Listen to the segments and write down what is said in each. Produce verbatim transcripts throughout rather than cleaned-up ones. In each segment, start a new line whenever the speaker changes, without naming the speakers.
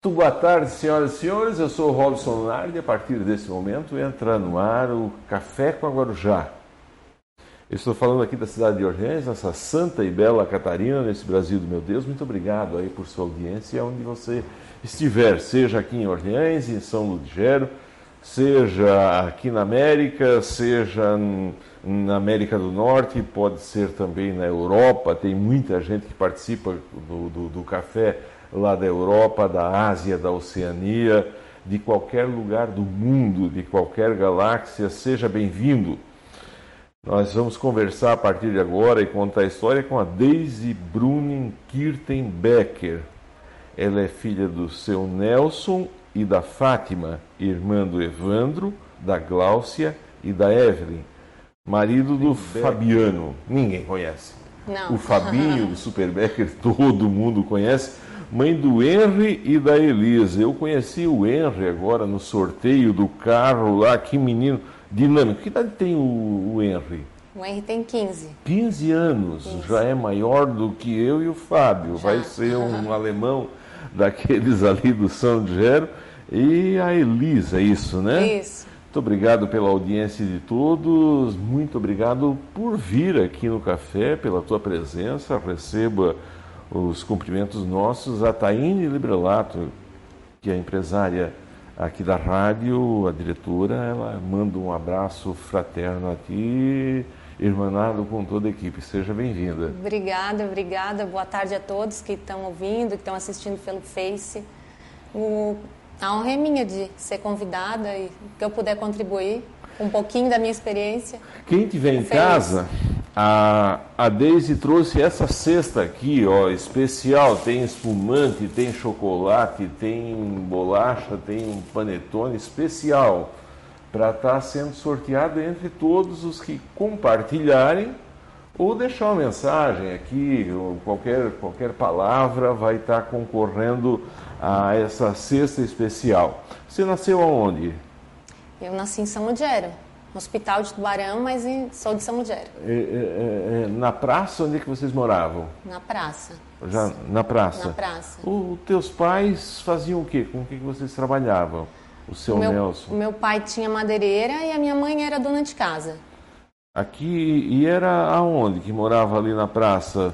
Muito boa tarde, senhoras e senhores. Eu sou o Robson Nardi. A partir desse momento entra no ar o Café com a Guarujá. Eu estou falando aqui da cidade de Orleans, nessa santa e bela Catarina, nesse Brasil do meu Deus. Muito obrigado aí por sua audiência, onde você estiver, seja aqui em Orleans, em São Ludgero, seja aqui na América, seja na América do Norte, pode ser também na Europa. Tem muita gente que participa do, do, do café lá da Europa, da Ásia, da Oceania, de qualquer lugar do mundo, de qualquer galáxia. Seja bem-vindo. Nós vamos conversar a partir de agora e contar a história com a Daisy Brunin Kirtenbecker. Ela é filha do seu Nelson e da Fátima, irmã do Evandro, da Gláucia e da Evelyn, marido do Fabiano. Ninguém conhece.
Não.
O Fabinho do Super Becker, todo mundo conhece. Mãe do Henry e da Elisa. Eu conheci o Henry agora no sorteio do carro lá, que menino dinâmico. Que idade tem o, o Henry?
O Henry tem quinze.
quinze anos, quinze. Já é maior do que eu e o Fábio. Já. Vai ser um alemão daqueles ali do São Ludgero. E a Elisa, isso, né?
Isso.
Muito obrigado pela audiência de todos. Muito obrigado por vir aqui no café, pela tua presença. Receba os cumprimentos nossos a Taine Librelato, que é a empresária aqui da rádio, a diretora. Ela manda um abraço fraterno a ti, irmanado com toda a equipe. Seja bem-vinda.
Obrigada, obrigada. Boa tarde a todos que estão ouvindo, que estão assistindo pelo Face. O... A honra é minha de ser convidada e que eu puder contribuir com um pouquinho da minha experiência.
Quem tiver em casa, a, a Daisy trouxe essa cesta aqui, ó, especial. Tem espumante, tem chocolate, tem bolacha, tem panetone especial para estar sendo sorteado entre todos os que compartilharem ou deixar uma mensagem aqui, ou qualquer, qualquer palavra vai estar concorrendo a essa cesta especial. Você nasceu aonde?
Eu nasci em São Ludgero, no Hospital de Tubarão, mas em, sou de São Ludgero.
É, é, é, na praça, onde é que vocês moravam?
Na praça.
Já na praça?
Na praça.
Os teus pais faziam o quê? Com o que vocês trabalhavam? O seu
o meu,
Nelson?
O meu pai tinha madeireira e a minha mãe era dona de casa.
Aqui, e era aonde que morava ali na praça?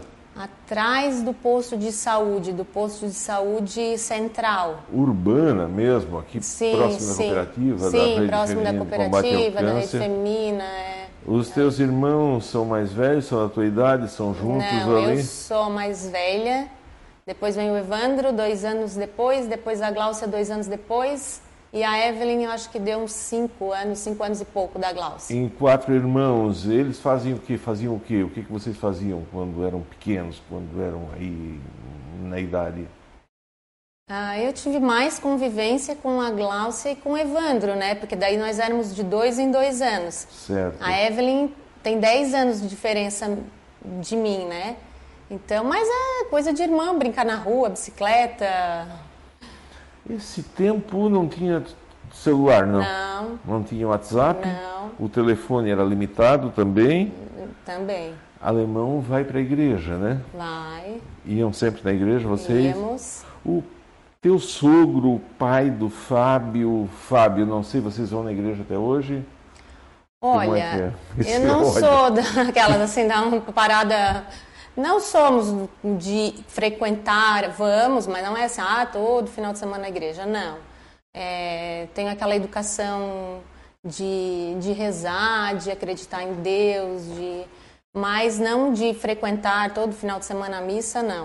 Atrás do posto de saúde, do posto de saúde central.
Urbana mesmo, aqui
sim,
próximo
sim.
da cooperativa?
Sim,
da Rede
próximo da cooperativa, da Rede Feminina. É.
Os teus irmãos são mais velhos, são da tua idade, são juntos
Não,
ali?
eu sou mais velha, depois vem o Evandro, dois anos depois, depois a Gláucia, dois anos depois, e a Evelyn, eu acho que deu uns cinco anos, cinco anos e pouco da Gláucia.
Em quatro irmãos, eles faziam o quê? Faziam o quê? O que que vocês faziam quando eram pequenos, quando eram aí na idade?
Ah, eu tive mais convivência com a Gláucia e com o Evandro, né? Porque daí nós éramos de dois em dois anos.
Certo.
A Evelyn tem dez anos de diferença de mim, né? Então, mas é coisa de irmão, brincar na rua, bicicleta.
Esse tempo não tinha celular, não?
Não.
Não tinha WhatsApp?
Não.
O telefone era limitado também?
Também.
Alemão vai para a igreja, né?
Vai.
Iam sempre na igreja, vocês?
Íamos.
O teu sogro, o pai do Fábio, Fábio, não sei, vocês vão na igreja até hoje?
Olha,
é é?
eu não sou daquelas assim, dar uma parada... Não somos de frequentar, vamos, mas não é assim, ah, todo final de semana na igreja, não. É, tenho aquela educação de, de rezar, de acreditar em Deus, de, mas não de frequentar todo final de semana a missa, não.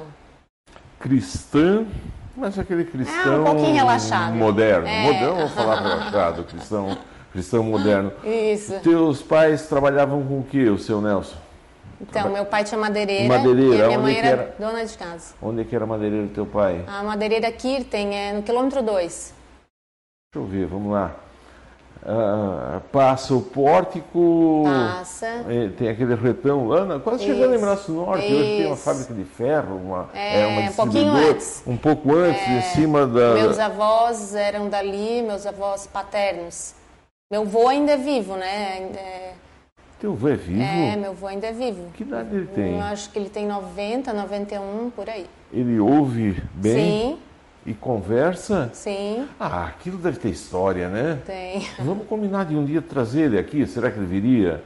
Cristã, mas aquele cristão
é, um pouquinho relaxado.
Moderno.
É.
Moderno, vamos falar relaxado, cristão, cristão moderno.
Isso.
Teus pais trabalhavam com o que, o seu Nelson?
Então, meu pai tinha madeireira,
madeireira.
e a minha
Onde
mãe
era,
era dona de casa.
Onde é que era a madeireira do teu pai?
A madeireira Kirten é no quilômetro dois.
Deixa eu ver, vamos lá. Ah, passa o pórtico,
passa.
É, tem aquele retão lá, quase
Isso.
chegando em Braço Norte.
Isso.
Hoje tem uma fábrica de ferro, uma,
é,
é uma
um pouquinho antes.
Um pouco antes,
é,
em cima da...
Meus avós eram dali, meus avós paternos. Meu avô ainda é vivo, né? Ainda é...
Teu avô é vivo?
É, meu avô ainda é vivo.
Que idade ele tem?
Eu acho que ele tem noventa, noventa e um, por aí.
Ele ouve bem?
Sim.
e conversa?
Sim.
Ah, aquilo deve ter história, né?
Tem.
Vamos combinar de um dia trazer ele aqui, será que ele viria?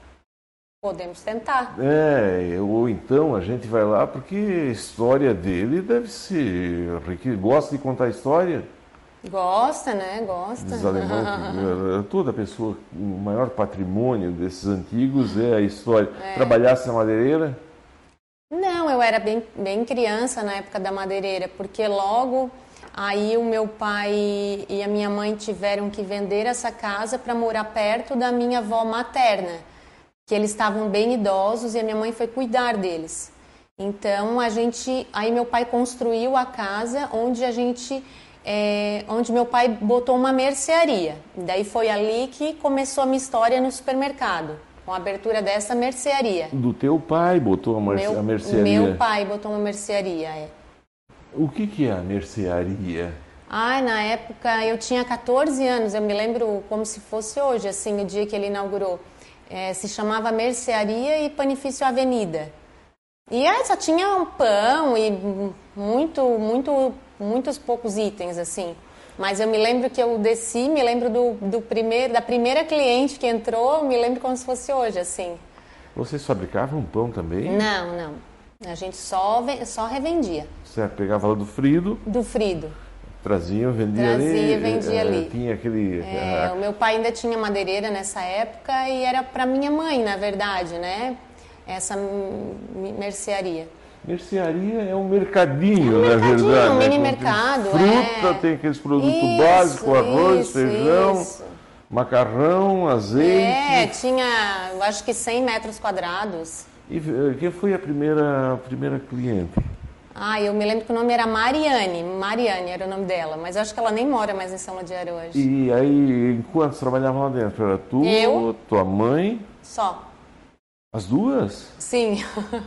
Podemos tentar.
É, ou então a gente vai lá porque a história dele deve ser... Gosta de contar história?
Gosta, né? Gosta.
Diz alemão que toda pessoa, o maior patrimônio desses antigos é a história. É. Trabalhasse na madeireira?
Não, eu era bem, bem criança na época da madeireira, porque logo aí o meu pai e a minha mãe tiveram que vender essa casa para morar perto da minha avó materna, que eles estavam bem idosos e a minha mãe foi cuidar deles. Então a gente, aí meu pai construiu a casa onde a gente, é, onde meu pai botou uma mercearia. Daí foi ali que começou a minha história no supermercado, com a abertura dessa mercearia.
Do teu pai botou a, merce,
meu,
a mercearia?
Meu pai botou uma mercearia, é.
O que que é a mercearia?
Ah, na época eu tinha quatorze anos, eu me lembro como se fosse hoje, assim, o dia que ele inaugurou. É, se chamava Mercearia e Panifício Avenida. E aí só tinha um pão e muito, muito, muitos poucos itens, assim. Mas eu me lembro que eu desci, me lembro do, do primeiro, da primeira cliente que entrou, me lembro como se fosse hoje, assim.
Vocês fabricavam pão também?
Não, não. A gente só, só revendia.
Certo, pegava lá do Frido.
Do Frido.
Traziam, vendia
Trazia,
ali.
Trazia, vendia é, ali.
Tinha aquele...
É, o meu pai ainda tinha madeireira nessa época e era para minha mãe, na verdade, né? Essa mercearia.
Mercearia é um mercadinho,
é um
na
mercadinho,
verdade.
Um
né?
mini mercado.
Fruta,
é.
tem aqueles produtos
isso,
básicos, arroz,
isso,
feijão,
isso.
macarrão, azeite.
É, tinha, eu acho que cem metros quadrados.
E quem foi a primeira, a primeira cliente?
Ah, eu me lembro que o nome era Mariane. Mariane era o nome dela, mas eu acho que ela nem mora mais em São Ludiário hoje.
E aí, enquanto trabalhavam lá dentro? Era tu,
eu,
tua mãe?
Só.
As duas?
Sim.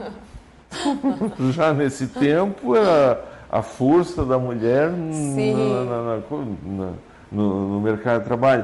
Já nesse tempo, era a força da mulher na, na, na, na, no, no mercado de trabalho.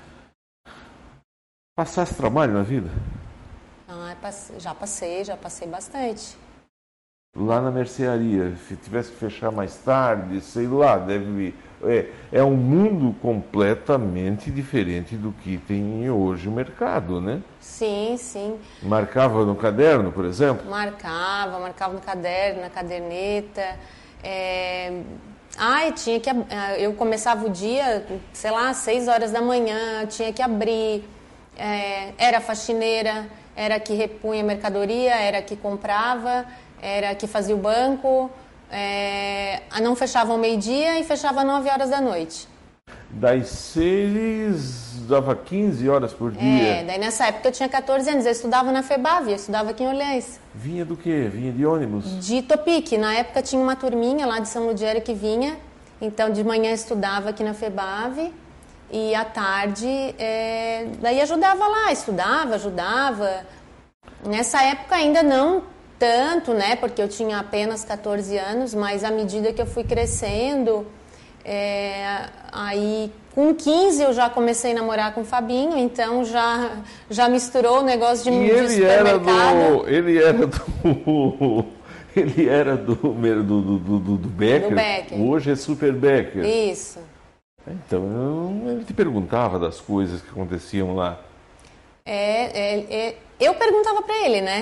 Passasse trabalho na vida?
Ah, já passei, já passei bastante.
Lá na mercearia, se tivesse que fechar mais tarde, sei lá, deve é, é um mundo completamente diferente do que tem hoje o mercado, né?
Sim, sim.
Marcava no caderno, por exemplo?
Marcava, marcava no caderno, na caderneta. É... Ai, tinha que eu começava o dia, sei lá, às seis horas da manhã, tinha que abrir. É... Era faxineira, era que repunha mercadoria, era que comprava. Era que fazia o banco, é, não fechava ao meio-dia e fechava às nove horas da noite.
Das seis, dava quinze horas por dia?
É, daí nessa época eu tinha quatorze anos, eu estudava na FEBAV, eu estudava aqui em Orleans.
Vinha do quê? Vinha de ônibus?
De Topic, na época tinha uma turminha lá de São Ludiário que vinha, então de manhã eu estudava aqui na FEBAV e à tarde, é, daí ajudava lá, estudava, ajudava. Nessa época ainda não tanto, né, porque eu tinha apenas quatorze anos, mas à medida que eu fui crescendo, é, aí com quinze eu já comecei a namorar com o Fabinho, então já, já misturou o negócio de,
e
de
ele
supermercado.
Era do, ele era do... Ele era do, do, do, do, do Becker.
Do Becker.
Hoje é Super Becker.
Isso.
Então, ele te perguntava das coisas que aconteciam lá.
É, é, é eu perguntava para ele, né?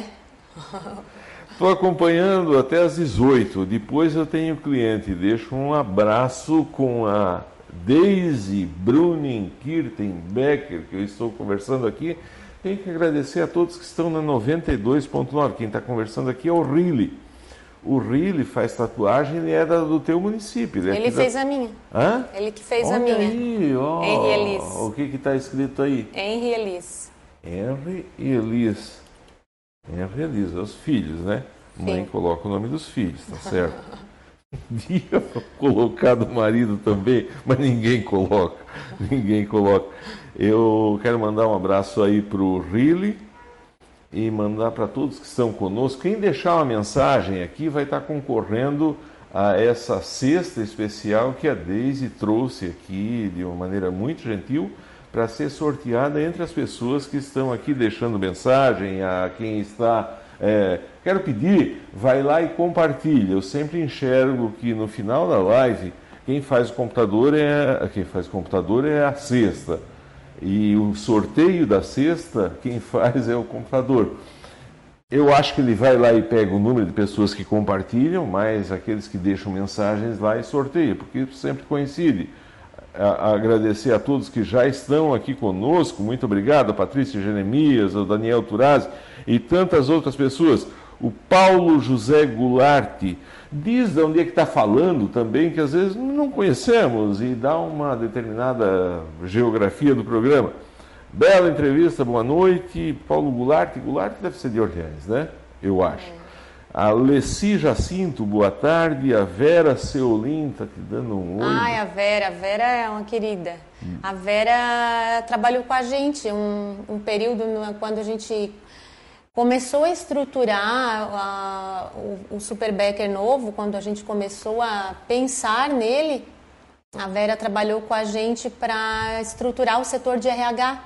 Estou acompanhando até às dezoito. Depois eu tenho cliente. Deixo um abraço com a Daisy Bruning Kirtenbecker, que eu estou conversando aqui. Tenho que agradecer a todos que estão na noventa e dois ponto nove. Quem está conversando aqui é o Riley. O Riley faz tatuagem e é do teu município.
Ele, ele fez da... a minha.
Hã?
Ele que fez
Olha
a minha.
Aí, ó.
Henry Elis.
O que está escrito aí?
Henry Elis.
Henry Elis. Henry Elis, os filhos, né?
Sim.
Mãe coloca o nome dos filhos, tá certo? Devia colocar do marido também, mas ninguém coloca. Ninguém coloca. Eu quero mandar um abraço aí pro Riley e mandar para todos que estão conosco. Quem deixar uma mensagem aqui vai estar concorrendo a essa cesta especial que a Daisy trouxe aqui de uma maneira muito gentil para ser sorteada entre as pessoas que estão aqui deixando mensagem, a quem está... É, quero pedir, vai lá e compartilha. Eu sempre enxergo que no final da live quem faz o computador é quem faz o computador é a cesta. E o sorteio da cesta, quem faz é o computador. Eu acho que ele vai lá e pega o número de pessoas que compartilham, mais aqueles que deixam mensagens lá e sorteia, porque sempre coincide. A, a agradecer a todos que já estão aqui conosco, muito obrigado, a Patrícia Jeremias, o Daniel Turazzi e tantas outras pessoas. O Paulo José Goulart diz de onde é que está falando também, que às vezes não conhecemos, e dá uma determinada geografia do programa. Bela entrevista, boa noite. Paulo Goulart, Goulart deve ser de Orleans, né? Eu acho. A Leci Jacinto, boa tarde. A Vera Seolim está te dando um oi.
Ai, a Vera, a Vera é uma querida. Hum. A Vera trabalhou com a gente um, um período no, quando a gente começou a estruturar a, o, o Super Becker novo, quando a gente começou a pensar nele, a Vera trabalhou com a gente para estruturar o setor de R H.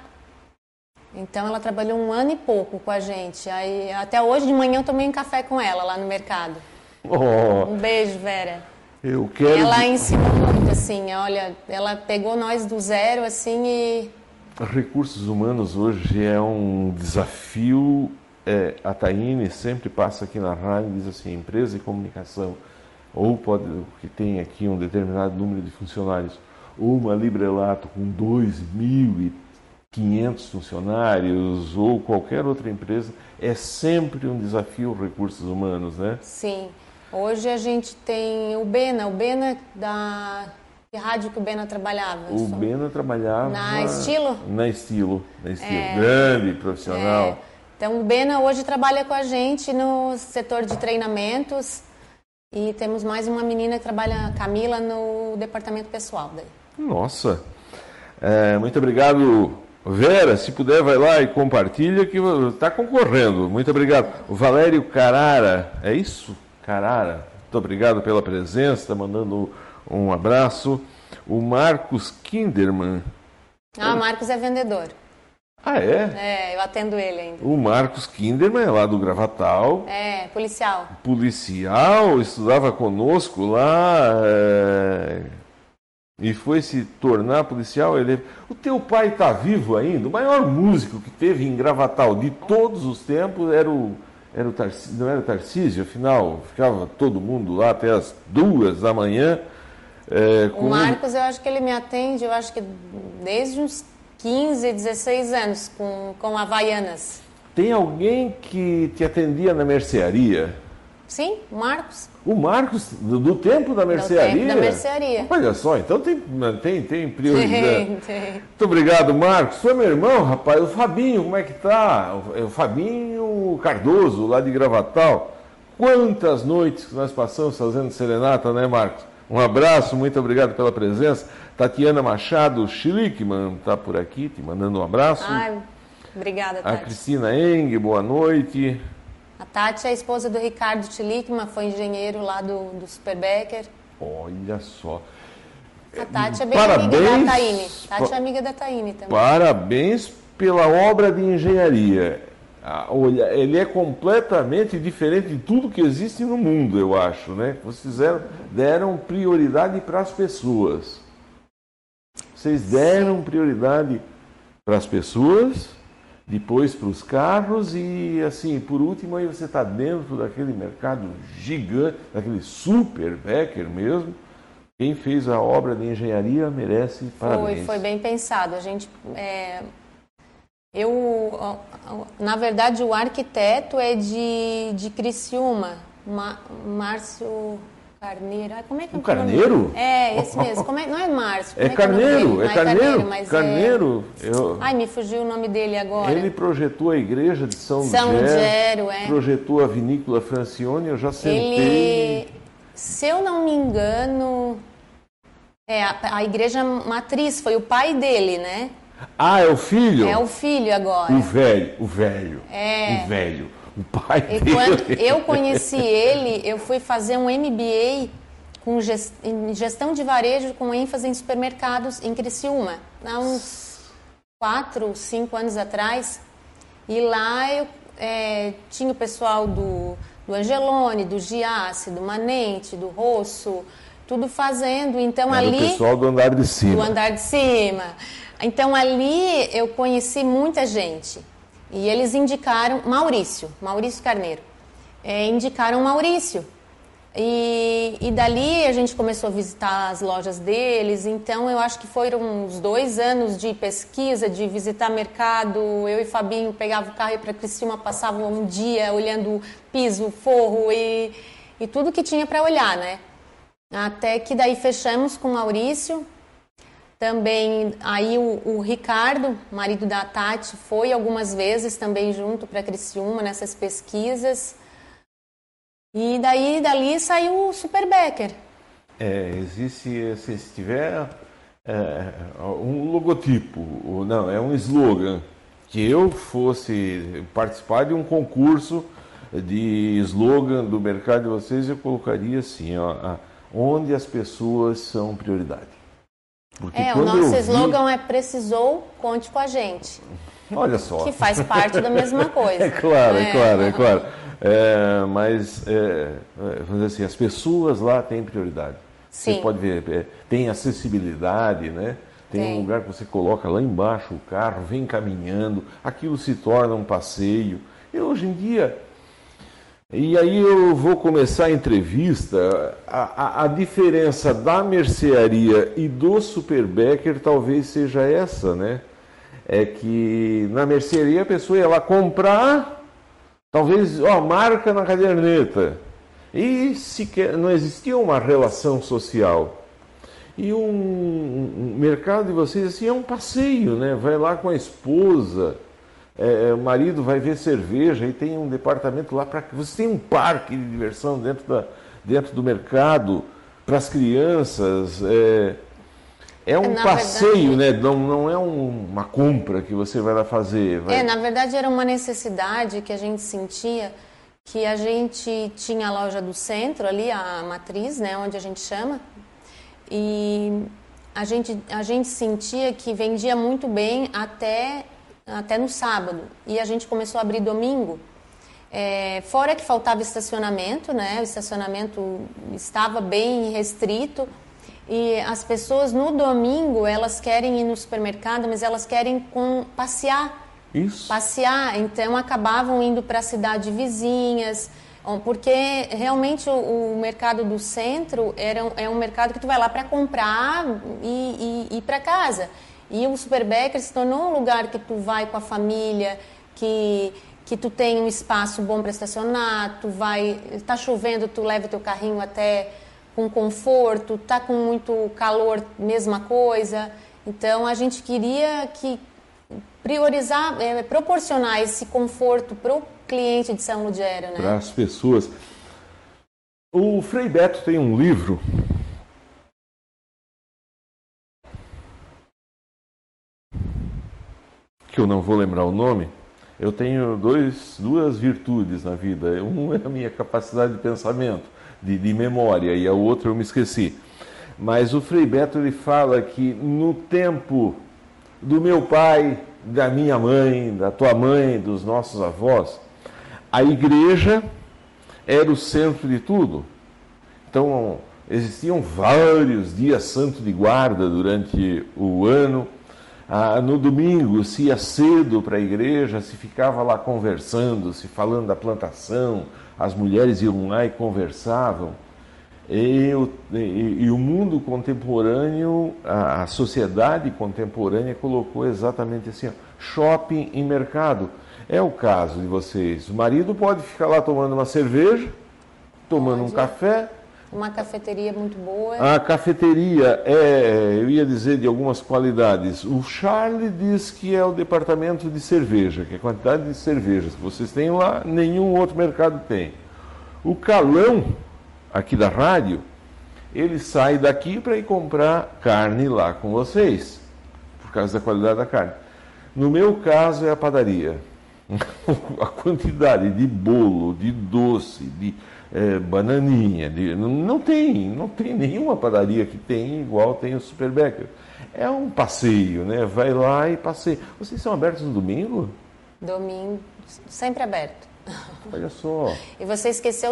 Então ela trabalhou um ano e pouco com a gente. Aí, até hoje de manhã eu tomei um café com ela lá no mercado.
Oh,
um beijo, Vera.
Eu quero...
Ela ensinou muito, assim, olha, ela pegou nós do zero, assim, e...
Recursos humanos hoje é um desafio. É, a Taine sempre passa aqui na rádio e diz assim, empresa de comunicação, ou pode que tem aqui um determinado número de funcionários, ou uma Librelato com dois mil e quinhentos funcionários, ou qualquer outra empresa, é sempre um desafio recursos humanos, né?
Sim. Hoje a gente tem o Bena, o Bena da... Que rádio que o Bena trabalhava?
O Só... Bena trabalhava...
Na Estilo?
Na Estilo, na Estilo. É, grande profissional.
É. Então o Bena hoje trabalha com a gente no setor de treinamentos e temos mais uma menina que trabalha, Camila, no departamento pessoal daí.
Nossa! É, muito obrigado, Vera. Se puder, vai lá e compartilha que está concorrendo. Muito obrigado. O Valério Carara, é isso? Carara, muito obrigado pela presença, está mandando um abraço. O Marcos Kinderman.
Ah, o Marcos é vendedor.
Ah, é?
É, eu atendo ele ainda.
O Marcos Kinderman é lá do Gravatal.
É, policial.
Policial, estudava conosco lá é... e foi se tornar policial. Ele... O teu pai está vivo ainda? O maior músico que teve em Gravatal de todos os tempos era o... Era o Tarcísio, não era o Tarcísio, afinal, ficava todo mundo lá até as duas da manhã. É, com...
O Marcos, eu acho que ele me atende, eu acho que desde uns quinze, dezesseis anos, com, com Havaianas.
Tem alguém que te atendia na mercearia?
Sim, o Marcos.
O Marcos, do, do tempo da mercearia?
Do tempo da mercearia.
Olha só, então tem, tem, tem prioridade.
Tem, tem.
Muito obrigado, Marcos. Tu é meu irmão, rapaz. O Fabinho, como é que tá? O, o Fabinho Cardoso, lá de Gravatal. Quantas noites que nós passamos fazendo serenata, né, Marcos? Um abraço, muito obrigado pela presença. Tatiana Machado Schlickman está por aqui, te mandando um abraço.
Ai, obrigada, Tati.
A Cristina Eng, boa noite.
A Tati é a esposa do Ricardo Schlickman, foi engenheiro lá do, do Super Becker.
Olha só.
A Tati é bem
Parabéns,
amiga da Taine. Tati é amiga da Taine também.
Parabéns pela obra de engenharia. Olha, ele é completamente diferente de tudo que existe no mundo, eu acho, né? Vocês fizeram, deram prioridade para as pessoas. Vocês deram prioridade para as pessoas, depois para os carros e, assim, por último, aí você está dentro daquele mercado gigante, daquele Super Becker mesmo. Quem fez a obra de engenharia merece parabéns.
Foi, foi bem pensado. A gente, é, eu, na verdade, o arquiteto é de, de Criciúma, Ma, Márcio Carneiro. Como é que é
o Carneiro?
É, esse mesmo. Como é, não é Márcio.
É, é Carneiro, é, é Carneiro. Carneiro,
mas
Carneiro
é...
eu...
Ai, me fugiu o nome dele agora.
Ele projetou a igreja de São,
São Lugero, é.
Projetou a vinícola Francione, eu já sentei.
Ele, se eu não me engano, é a, a igreja matriz, foi o pai dele, né?
Ah, é o filho?
É o filho agora.
O velho, o velho.
É.
O velho. O pai
e
dele.
Quando eu conheci ele, eu fui fazer um M B A com gest... em gestão de varejo com ênfase em supermercados em Criciúma, há uns quatro, cinco anos atrás. E lá eu é, tinha o pessoal do, do Angelone, do Giasse, do Manente, do Rosso, tudo fazendo. Então
Era
ali...
o pessoal do andar de cima.
Do andar de cima. Então ali eu conheci muita gente. E eles indicaram Maurício, Maurício Carneiro. É, indicaram Maurício. E, e dali a gente começou a visitar as lojas deles. Então eu acho que foram uns dois anos de pesquisa, de visitar mercado. Eu e Fabinho pegava o carro e ia para Criciúma, passava um dia olhando piso, forro e, e tudo que tinha para olhar, né? Até que daí fechamos com o Maurício. Também aí o, o Ricardo, marido da Tati, foi algumas vezes também junto para Criciúma nessas pesquisas. E daí dali saiu o Super Becker.
É, existe, se tiver é, um logotipo, ou não, é um slogan, que eu fosse participar de um concurso de slogan do mercado de vocês, eu colocaria assim, ó, onde as pessoas são prioridade.
Porque é, o nosso slogan vi... é precisou, conte com a gente.
Olha só.
Que faz parte da mesma coisa.
É claro, é, é claro, é claro. É, mas, é, vamos dizer assim, as pessoas lá têm prioridade.
Sim.
Você pode ver, é, tem acessibilidade, né? Tem, tem um lugar que você coloca lá embaixo o carro, vem caminhando, aquilo se torna um passeio. E hoje em dia... E aí eu vou começar a entrevista, a, a, a diferença da mercearia e do Super Becker talvez seja essa, né? É que na mercearia a pessoa ia lá comprar... Talvez, ó, marca na caderneta. E sequer, não existia uma relação social. E um, um mercado de vocês assim é um passeio, né? Vai lá com a esposa, é, o marido vai ver cerveja e tem um departamento lá para... Você tem um parque de diversão dentro, da, dentro do mercado para as crianças. É, é um na passeio, verdade, né? Não, não é um, uma compra que você vai lá fazer. Vai...
É, na verdade era uma necessidade que a gente sentia, que a gente tinha a loja do centro ali, a matriz, né? Onde a gente chama, e a gente, a gente sentia que vendia muito bem até, até no sábado. E a gente começou a abrir domingo. É, fora que faltava estacionamento, né? O estacionamento estava bem restrito. E as pessoas no domingo, elas querem ir no supermercado, mas elas querem com, passear.
Isso.
Passear, então acabavam indo para a cidade vizinhas, porque realmente o, o mercado do centro era, é um mercado que tu vai lá para comprar e, e ir para casa. E o Super Becker se tornou um lugar que tu vai com a família, que, que tu tem um espaço bom para estacionar, tu vai, tá chovendo, tu leva o teu carrinho até... com conforto, tá com muito calor, mesma coisa. Então a gente queria que priorizar, é, proporcionar esse conforto para o cliente de São Ludgero, né?
Para as pessoas. O Frei Beto tem um livro que eu não vou lembrar o nome. Eu tenho dois, duas virtudes na vida. Um é a minha capacidade de pensamento, de, de memória, e a outra eu me esqueci. Mas o Frei Beto ele fala que no tempo do meu pai, da minha mãe, da tua mãe, dos nossos avós, a igreja era o centro de tudo. Então existiam vários dias santos de guarda durante o ano. Ah, no domingo se ia cedo para a igreja, se ficava lá conversando, se falando da plantação, as mulheres iam lá e conversavam. E, e, e o mundo contemporâneo, a, a sociedade contemporânea colocou exatamente assim, ó, shopping e mercado. É o caso de vocês. O marido pode ficar lá tomando uma cerveja, tomando pode. um café.
Uma cafeteria muito boa.
A cafeteria é, eu ia dizer, de algumas qualidades. O Charlie diz que é o departamento de cerveja, que é a quantidade de cervejas que vocês têm lá, nenhum outro mercado tem. O Calão, aqui da rádio, ele sai daqui para ir comprar carne lá com vocês, por causa da qualidade da carne. No meu caso é a padaria. A quantidade de bolo, de doce, de é, bananinha, de, não, não tem, não tem nenhuma padaria que tem igual tem o Super Becker. É um passeio, né? Vai lá e passeia. Vocês são abertos no domingo?
Domingo, sempre aberto.
Olha só.
E você esqueceu do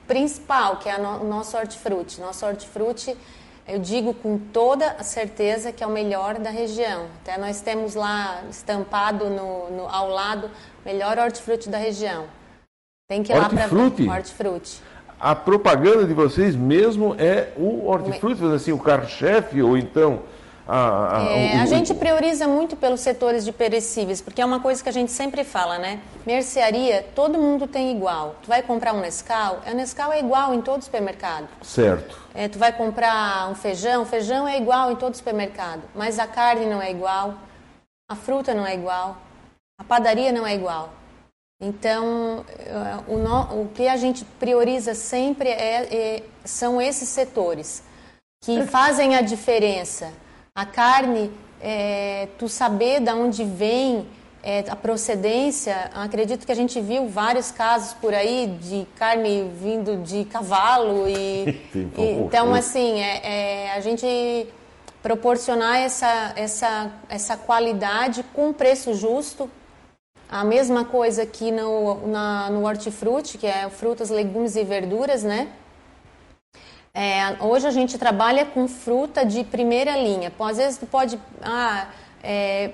principal, que é o nosso hortifruti. Nosso hortifruti, eu digo com toda a certeza que é o melhor da região. Até nós temos lá estampado no, no, ao lado, melhor hortifruti da região. Tem que ir lá para ver. Hortifruti.
A propaganda de vocês mesmo é o hortifruti, assim, o carro-chefe, ou então... A, a,
é,
o,
a gente prioriza muito pelos setores de perecíveis, porque é uma coisa que a gente sempre fala, né? Mercearia, todo mundo tem igual. Tu vai comprar um Nescau, o Nescau é igual em todo supermercado.
Certo.
É, tu vai comprar um feijão, o feijão é igual em todo supermercado. Mas a carne não é igual, a fruta não é igual, a padaria não é igual. Então, o, no, o que a gente prioriza sempre é, é, são esses setores que fazem a diferença. A carne, é, tu saber de onde vem é, a procedência, acredito que a gente viu vários casos por aí de carne vindo de cavalo. E,
Sim,
e então, assim, é, é, a gente proporcionar essa, essa, essa qualidade com preço justo. A mesma coisa aqui no, na, no hortifruti, que é frutas, legumes e verduras, né? É, hoje a gente trabalha com fruta de primeira linha. Às vezes tu pode ah, é,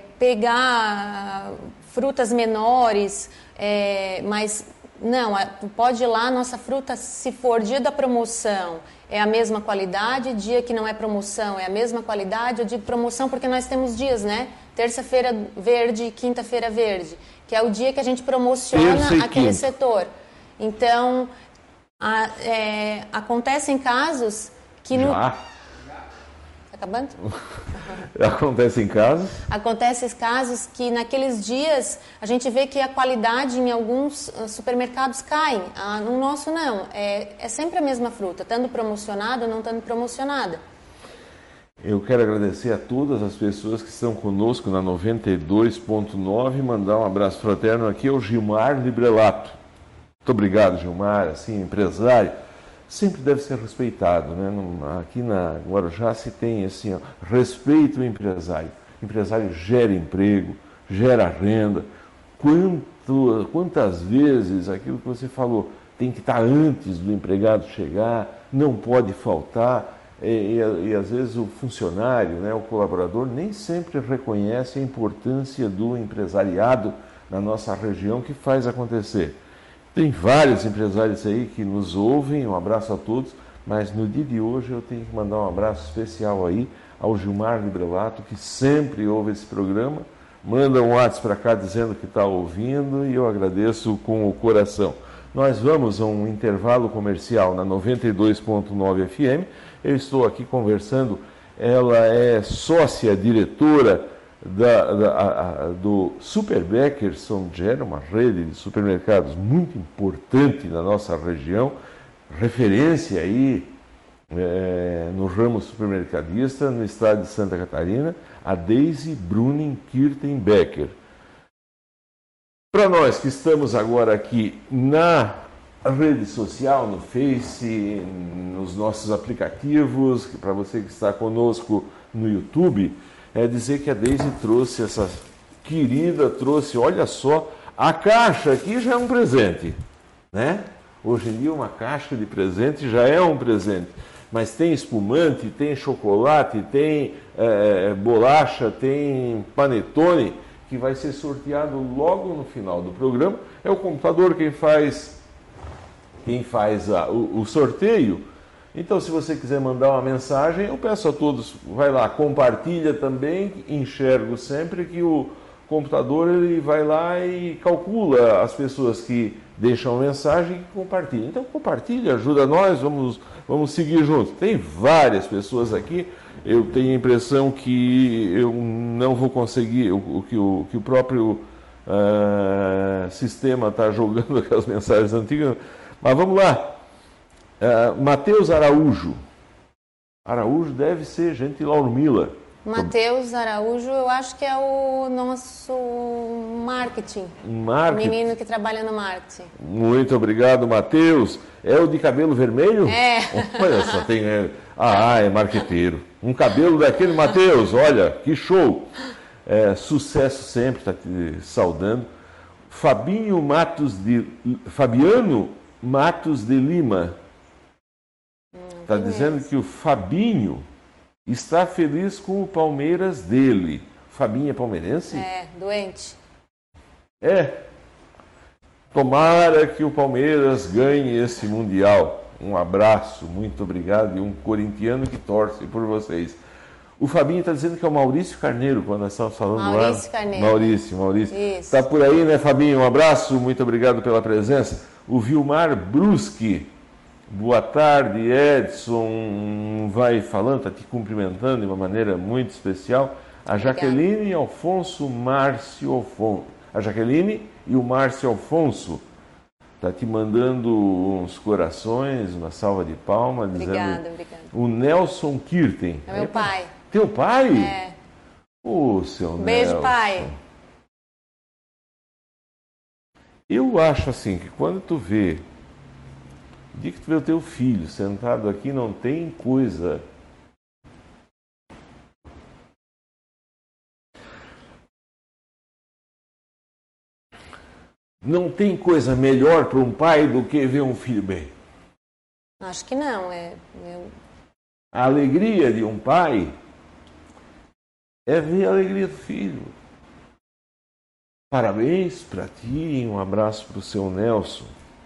pegar frutas menores, é, mas não, tu pode ir lá, nossa fruta, se for dia da promoção, é a mesma qualidade, dia que não é promoção é a mesma qualidade. Eu digo promoção porque nós temos dias, né? Terça-feira verde e quinta-feira verde, que é o dia que a gente promociona aquele setor. Então... A, é, acontecem casos que... No...
Já?
Tá acabando?
Acontecem casos?
Acontecem casos que naqueles dias a gente vê que a qualidade em alguns supermercados cai. Ah, no nosso não. É, é sempre a mesma fruta, estando promocionada ou não estando promocionada.
Eu quero agradecer a todas as pessoas que estão conosco na noventa e dois ponto nove e mandar um abraço fraterno aqui ao Gilmar Librelato. Muito obrigado, Gilmar, assim, empresário, sempre deve ser respeitado, né? Aqui na Guarujá se tem, assim, ó, respeito ao empresário. O empresário gera emprego, gera renda. Quanto, quantas vezes aquilo que você falou tem que estar antes do empregado chegar, não pode faltar, e, e, e às vezes o funcionário, né, o colaborador, nem sempre reconhece a importância do empresariado na nossa região que faz acontecer. Tem vários empresários aí que nos ouvem, um abraço a todos, mas no dia de hoje eu tenho que mandar um abraço especial aí ao Gilmar Librelato, que sempre ouve esse programa, manda um WhatsApp para cá dizendo que está ouvindo e eu agradeço com o coração. Nós vamos a um intervalo comercial na noventa e dois ponto nove F M, eu estou aqui conversando, ela é sócia diretora Da, da, a, a, do Super Beckerson, gera uma rede de supermercados muito importante na nossa região, referência aí é, no ramo supermercadista no estado de Santa Catarina, a Daisy Bruning Kirtenbecker. Para nós que estamos agora aqui na rede social, no Face, nos nossos aplicativos, para você que está conosco no YouTube, é dizer que a Daisy trouxe essa querida, trouxe, olha só, a caixa aqui já é um presente, né? Hoje em dia uma caixa de presente já é um presente, mas tem espumante, tem chocolate, tem é, bolacha, tem panetone, que vai ser sorteado logo no final do programa. É o computador quem faz, quem faz a, o, o sorteio. Então, se você quiser mandar uma mensagem, eu peço a todos, vai lá, compartilha também, enxergo sempre que o computador ele vai lá e calcula as pessoas que deixam mensagem e compartilham. Então, compartilha, ajuda nós, vamos, vamos seguir juntos. Tem várias pessoas aqui, eu tenho a impressão que eu não vou conseguir, o, o, que, o que o próprio uh, sistema está jogando aquelas mensagens antigas, mas vamos lá. Uh, Matheus Araújo. Araújo deve ser gente de Laurmila.
Matheus Araújo, eu acho que é o nosso marketing.
marketing.
O menino que trabalha no marketing.
Muito obrigado, Matheus. É o de cabelo vermelho?
É.
Olha só, tem... É... Ah, é marqueteiro. Um cabelo daquele, Matheus, olha, que show. É, sucesso sempre, está te saudando. Fabinho Matos de... Fabiano Matos de Lima. Está dizendo
mesmo.
que o Fabinho está feliz com o Palmeiras dele. Fabinho é palmeirense?
É, doente.
É. Tomara que o Palmeiras ganhe esse Mundial. Um abraço, muito obrigado. E um corintiano que torce por vocês. O Fabinho está dizendo que é o Maurício Carneiro, quando nós estamos falando
Maurício
lá.
Carneiro.
Maurício, Maurício.
Isso.
Está por aí, né, Fabinho? Um abraço, muito obrigado pela presença. O Vilmar Bruschi. Boa tarde, Edson. Vai falando, está te cumprimentando de uma maneira muito especial. A Jaqueline e Alfonso Márcio Alfonso. A Jaqueline e o Márcio Alfonso. Está te mandando uns corações, uma salva de palmas.
Obrigada,
dizendo...
obrigada.
O Nelson Kirten.
É meu pai.
Teu pai?
É.
Ô, seu
Beijo,
Nelson.
pai.
Eu acho assim que quando tu vê, o dia que tu vê o teu filho sentado aqui, não tem coisa. Não tem coisa melhor para um pai do que ver um filho bem.
Acho que não. É, eu...
A alegria de um pai é ver a alegria do filho. Parabéns para ti, um abraço para o seu Nelson.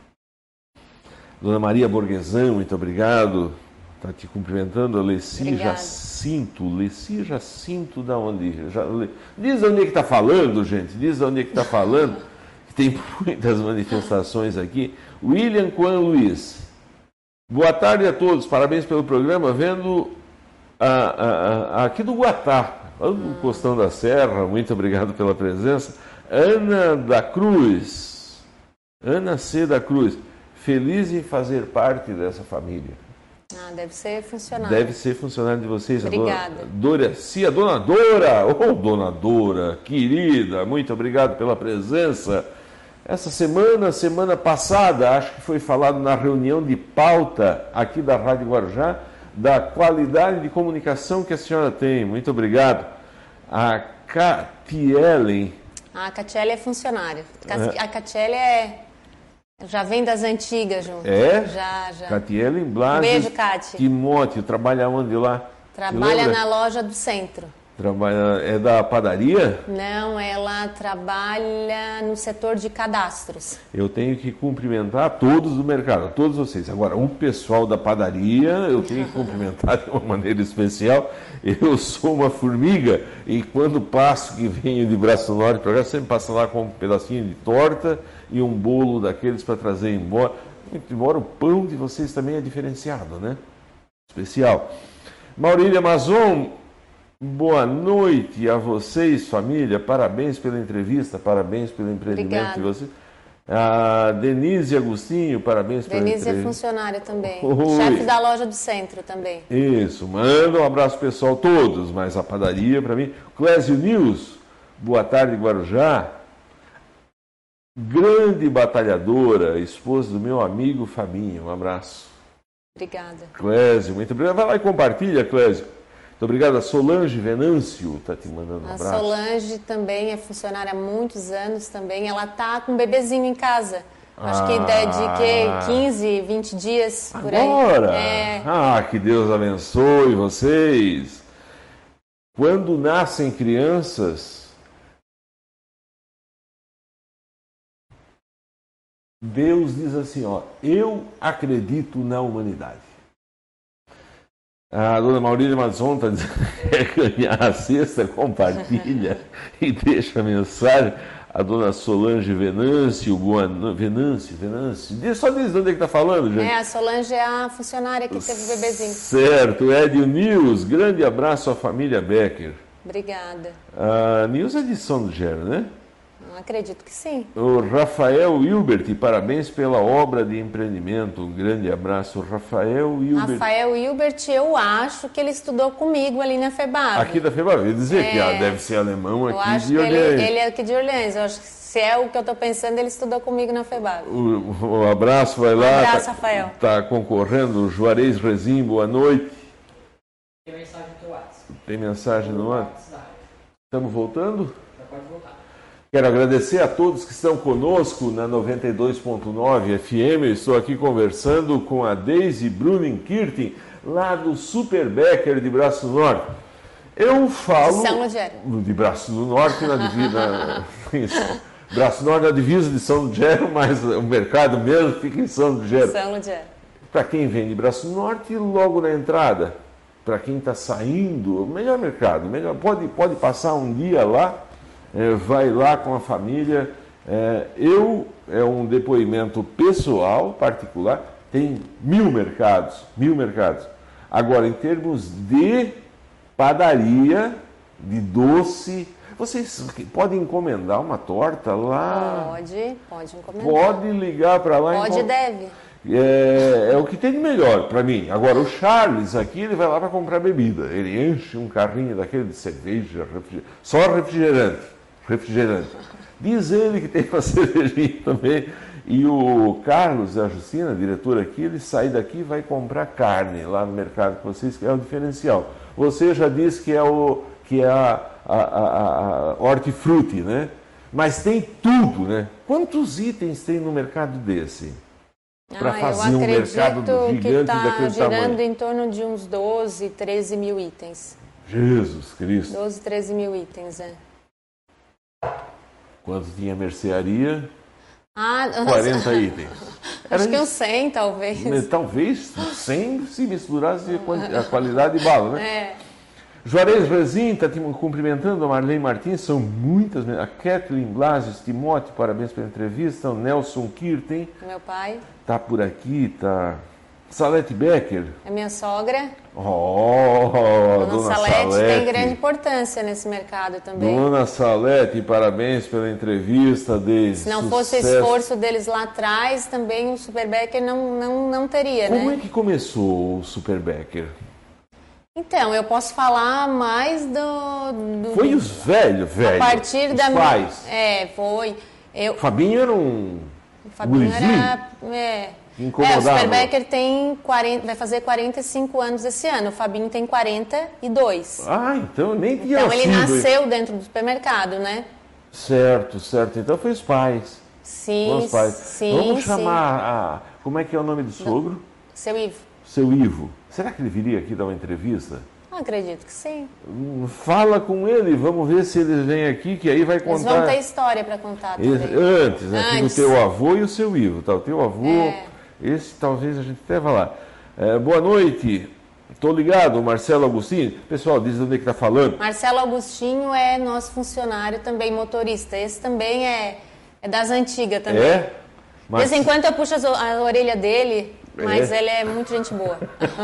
Dona Maria Borguesan, muito obrigado. Está te cumprimentando. A Leci
Obrigada.
Jacinto. Leci Jacinto da onde? Já, diz onde é que está falando, gente. Diz onde é que está falando. Tem muitas manifestações aqui. William Quan Luiz. Boa tarde a todos. Parabéns pelo programa. Vendo a, a, a, aqui do Guatá, do Costão da Serra. Muito obrigado pela presença. Ana da Cruz. Ana C. da Cruz. Feliz em fazer parte dessa família.
Ah, deve ser funcionário.
Deve ser funcionário de vocês.
Obrigada.
A dona Doracia, a dona Dora. Ô, oh, dona Dora, querida, muito obrigado pela presença. Essa semana, semana passada, acho que foi falado na reunião de pauta aqui da Rádio Guarujá, da qualidade de comunicação que a senhora tem. Muito obrigado. A Catielen.
A Catiele é funcionária. A Catiele é... já vem das antigas junto.
É?
Já, já.
Catielen Blas.
Beijo, Cati.
Timóteo, trabalha onde lá?
Trabalha na loja do centro.
Trabalha, é da padaria?
Não, ela trabalha no setor de cadastros.
Eu tenho que cumprimentar todos do mercado, todos vocês. Agora, o pessoal da padaria, eu tenho que cumprimentar de uma maneira especial. Eu sou uma formiga e quando passo, que venho de Braço Norte para cá, sempre passo lá com um pedacinho de torta e um bolo daqueles para trazer embora. Muito embora o pão de vocês também é diferenciado, né? Especial. Maurília Mazon, boa noite a vocês, família. Parabéns pela entrevista, parabéns pelo empreendimento
Obrigada.
de vocês. A Denise Agostinho, parabéns pela
Denise
entrevista.
é funcionária também.
Oi.
Chefe da loja do centro também.
Isso, manda um abraço pessoal todos, mas a padaria para mim. Clésio News, boa tarde, Guarujá. Grande batalhadora, esposa do meu amigo Fabinho, um abraço.
Obrigada.
Clésio, muito obrigado. Vai lá e compartilha, Clésio. Muito obrigado. A Solange Venâncio está te mandando um
A
abraço.
Solange também é funcionária há muitos anos também. Ela está com um bebezinho em casa. Acho que é de que, quinze, vinte dias por aí.
Agora?
É.
Ah, que Deus abençoe vocês. Quando nascem crianças, Deus diz assim, ó, eu acredito na humanidade. A dona Maurília Mazon está dizendo que quer ganhar a cesta, compartilha e deixa a mensagem. A dona Solange Venâncio, boa no... Venâncio, Venâncio. Diz, só diz de onde é que está falando, gente.
É, a Solange é a funcionária que teve o bebezinho.
Certo, Edio News, grande abraço à família Becker.
Obrigada.
A News é de São do Gero, né?
Não acredito que sim.
O Rafael Hilbert, parabéns pela obra de empreendimento. Um grande abraço, Rafael Hilbert.
Rafael Hilbert, eu acho que ele estudou comigo ali na FEBAV.
Aqui da FEBAV, dizer
É.
que ah, deve ser alemão
Eu
aqui
acho
de
que ele,
Orleans.
ele é aqui de Orleans. Eu acho que se é o que eu estou pensando, ele estudou comigo na FEBAV.
O, o abraço vai lá.
Um abraço,
tá,
Rafael.
Tá concorrendo o Juarez Rezim, boa noite.
Tem mensagem no teu WhatsApp.
Tem mensagem no ar?
WhatsApp.
Estamos voltando?
Já pode voltar.
Quero agradecer a todos que estão conosco na noventa e dois ponto nove F M. Eu estou aqui conversando com a Daisy Brunenkirchen, lá do Super Becker de Braço do Norte. Eu falo...
São Lugero.
De Braço do Norte, na divisa... Braço do Norte na divisa de São Lugero, mas o mercado mesmo fica em São Lugero.
São Lugero.
Para quem vem de Braço do Norte, logo na entrada. Para quem está saindo, melhor mercado. Melhor, pode, pode passar um dia lá. É, vai lá com a família. É, eu, é um depoimento pessoal, particular, tem mil mercados, mil mercados. Agora, em termos de padaria, de doce, vocês podem encomendar uma torta lá?
Pode, pode encomendar.
Pode ligar para lá.
Pode e
encom...
deve.
É, é o que tem de melhor para mim. Agora, o Charles aqui, ele vai lá para comprar bebida. Ele enche um carrinho daquele de cerveja, refrigerante, só refrigerante. refrigerante. Diz ele que tem uma cervejinha também. E o Carlos, a Justina, a diretora aqui, ele sai daqui e vai comprar carne lá no mercado com vocês, que é o diferencial. Você já disse que é, o, que é a, a, a, a hortifruti, né? Mas tem tudo, né? Quantos itens tem no mercado desse? Para
ah,
fazer um mercado gigante
que tá
daquele
girando
tamanho.
Em torno de uns doze, treze mil itens.
Jesus Cristo.
doze, treze mil itens, é.
Quanto tinha mercearia?
Ah,
quarenta itens. Era
acho que
isso.
uns cem, talvez.
Talvez cem se misturasse a qualidade de bala, né?
É.
Juarez Rezin está te cumprimentando, a Marlene Martins, são muitas. A Kathleen Blasius, Timóteo, parabéns pela entrevista. O Nelson Kirten.
Meu pai.
Está por aqui, está. Salete Becker.
É minha sogra.
Oh,
Dona,
Dona
Salete,
Salete
tem grande importância nesse mercado também.
Dona Salete, parabéns pela entrevista. Desde
Se não
sucesso.
fosse o esforço deles lá atrás, também o Super Becker não, não, não teria,
Como
né?
é que começou o Super Becker?
Então, eu posso falar mais do... do
Foi os velhos, velhos.
A partir
os
da
pais.
minha... É, foi. Eu...
O Fabinho era um
O Fabinho
gurizinho?
era... É.
Incomodava.
É, o Super Becker tem quarenta, vai fazer quarenta e cinco anos esse ano. O Fabinho tem quarenta e dois.
Ah, então eu nem tinha
Então ele
nascido.
nasceu dentro do supermercado, né?
Certo, certo. Então foi os pais.
Sim,
Os pais.
sim,
Vamos
sim.
chamar a... Como é que é o nome do sogro?
Seu Ivo.
Seu Ivo. Será que ele viria aqui dar uma entrevista?
Ah, acredito que sim.
Hum, Fala com ele, vamos ver se ele vem aqui, que aí vai contar...
Eles vão ter história para contar também.
Esse- Antes, né? Aqui no
Antes.
teu avô e o seu Ivo. Tá? O teu avô,
É.
esse talvez a gente até vá lá. É, boa noite, estou ligado, Marcelo Agostinho. Pessoal, diz onde é que está falando.
Marcelo Agostinho é nosso funcionário também, motorista. Esse também é, é das antigas também.
É?
De
Mas
vez em quando eu puxo as o- a orelha dele, mas
É?
ele é muito gente boa.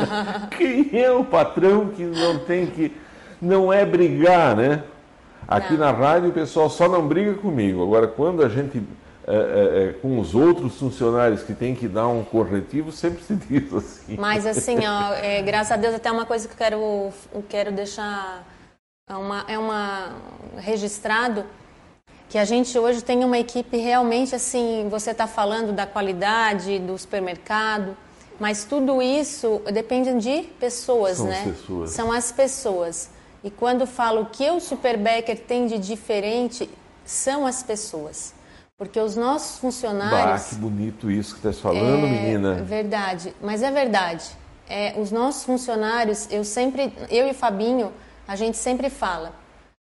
quem é o patrão que não tem que... Não é brigar, né? Aqui
Não.
na rádio o pessoal só não briga comigo. Agora, quando a gente... é, é, é, com os outros funcionários que tem que dar um corretivo, sempre se diz assim.
Mas assim, ó, é, graças a Deus, até uma coisa que eu quero, eu quero deixar é uma, é uma registrado, que a gente hoje tem uma equipe realmente assim, você está falando da qualidade do supermercado, mas tudo isso depende de pessoas,
São
né?
as pessoas.
São as pessoas. E quando falo que o Super Becker tem de diferente, são as pessoas. Porque os nossos
Bah,
funcionários...
que bonito isso que está falando,
É
menina.
verdade, mas é verdade. É, os nossos funcionários, eu sempre, eu e o Fabinho, a gente sempre fala,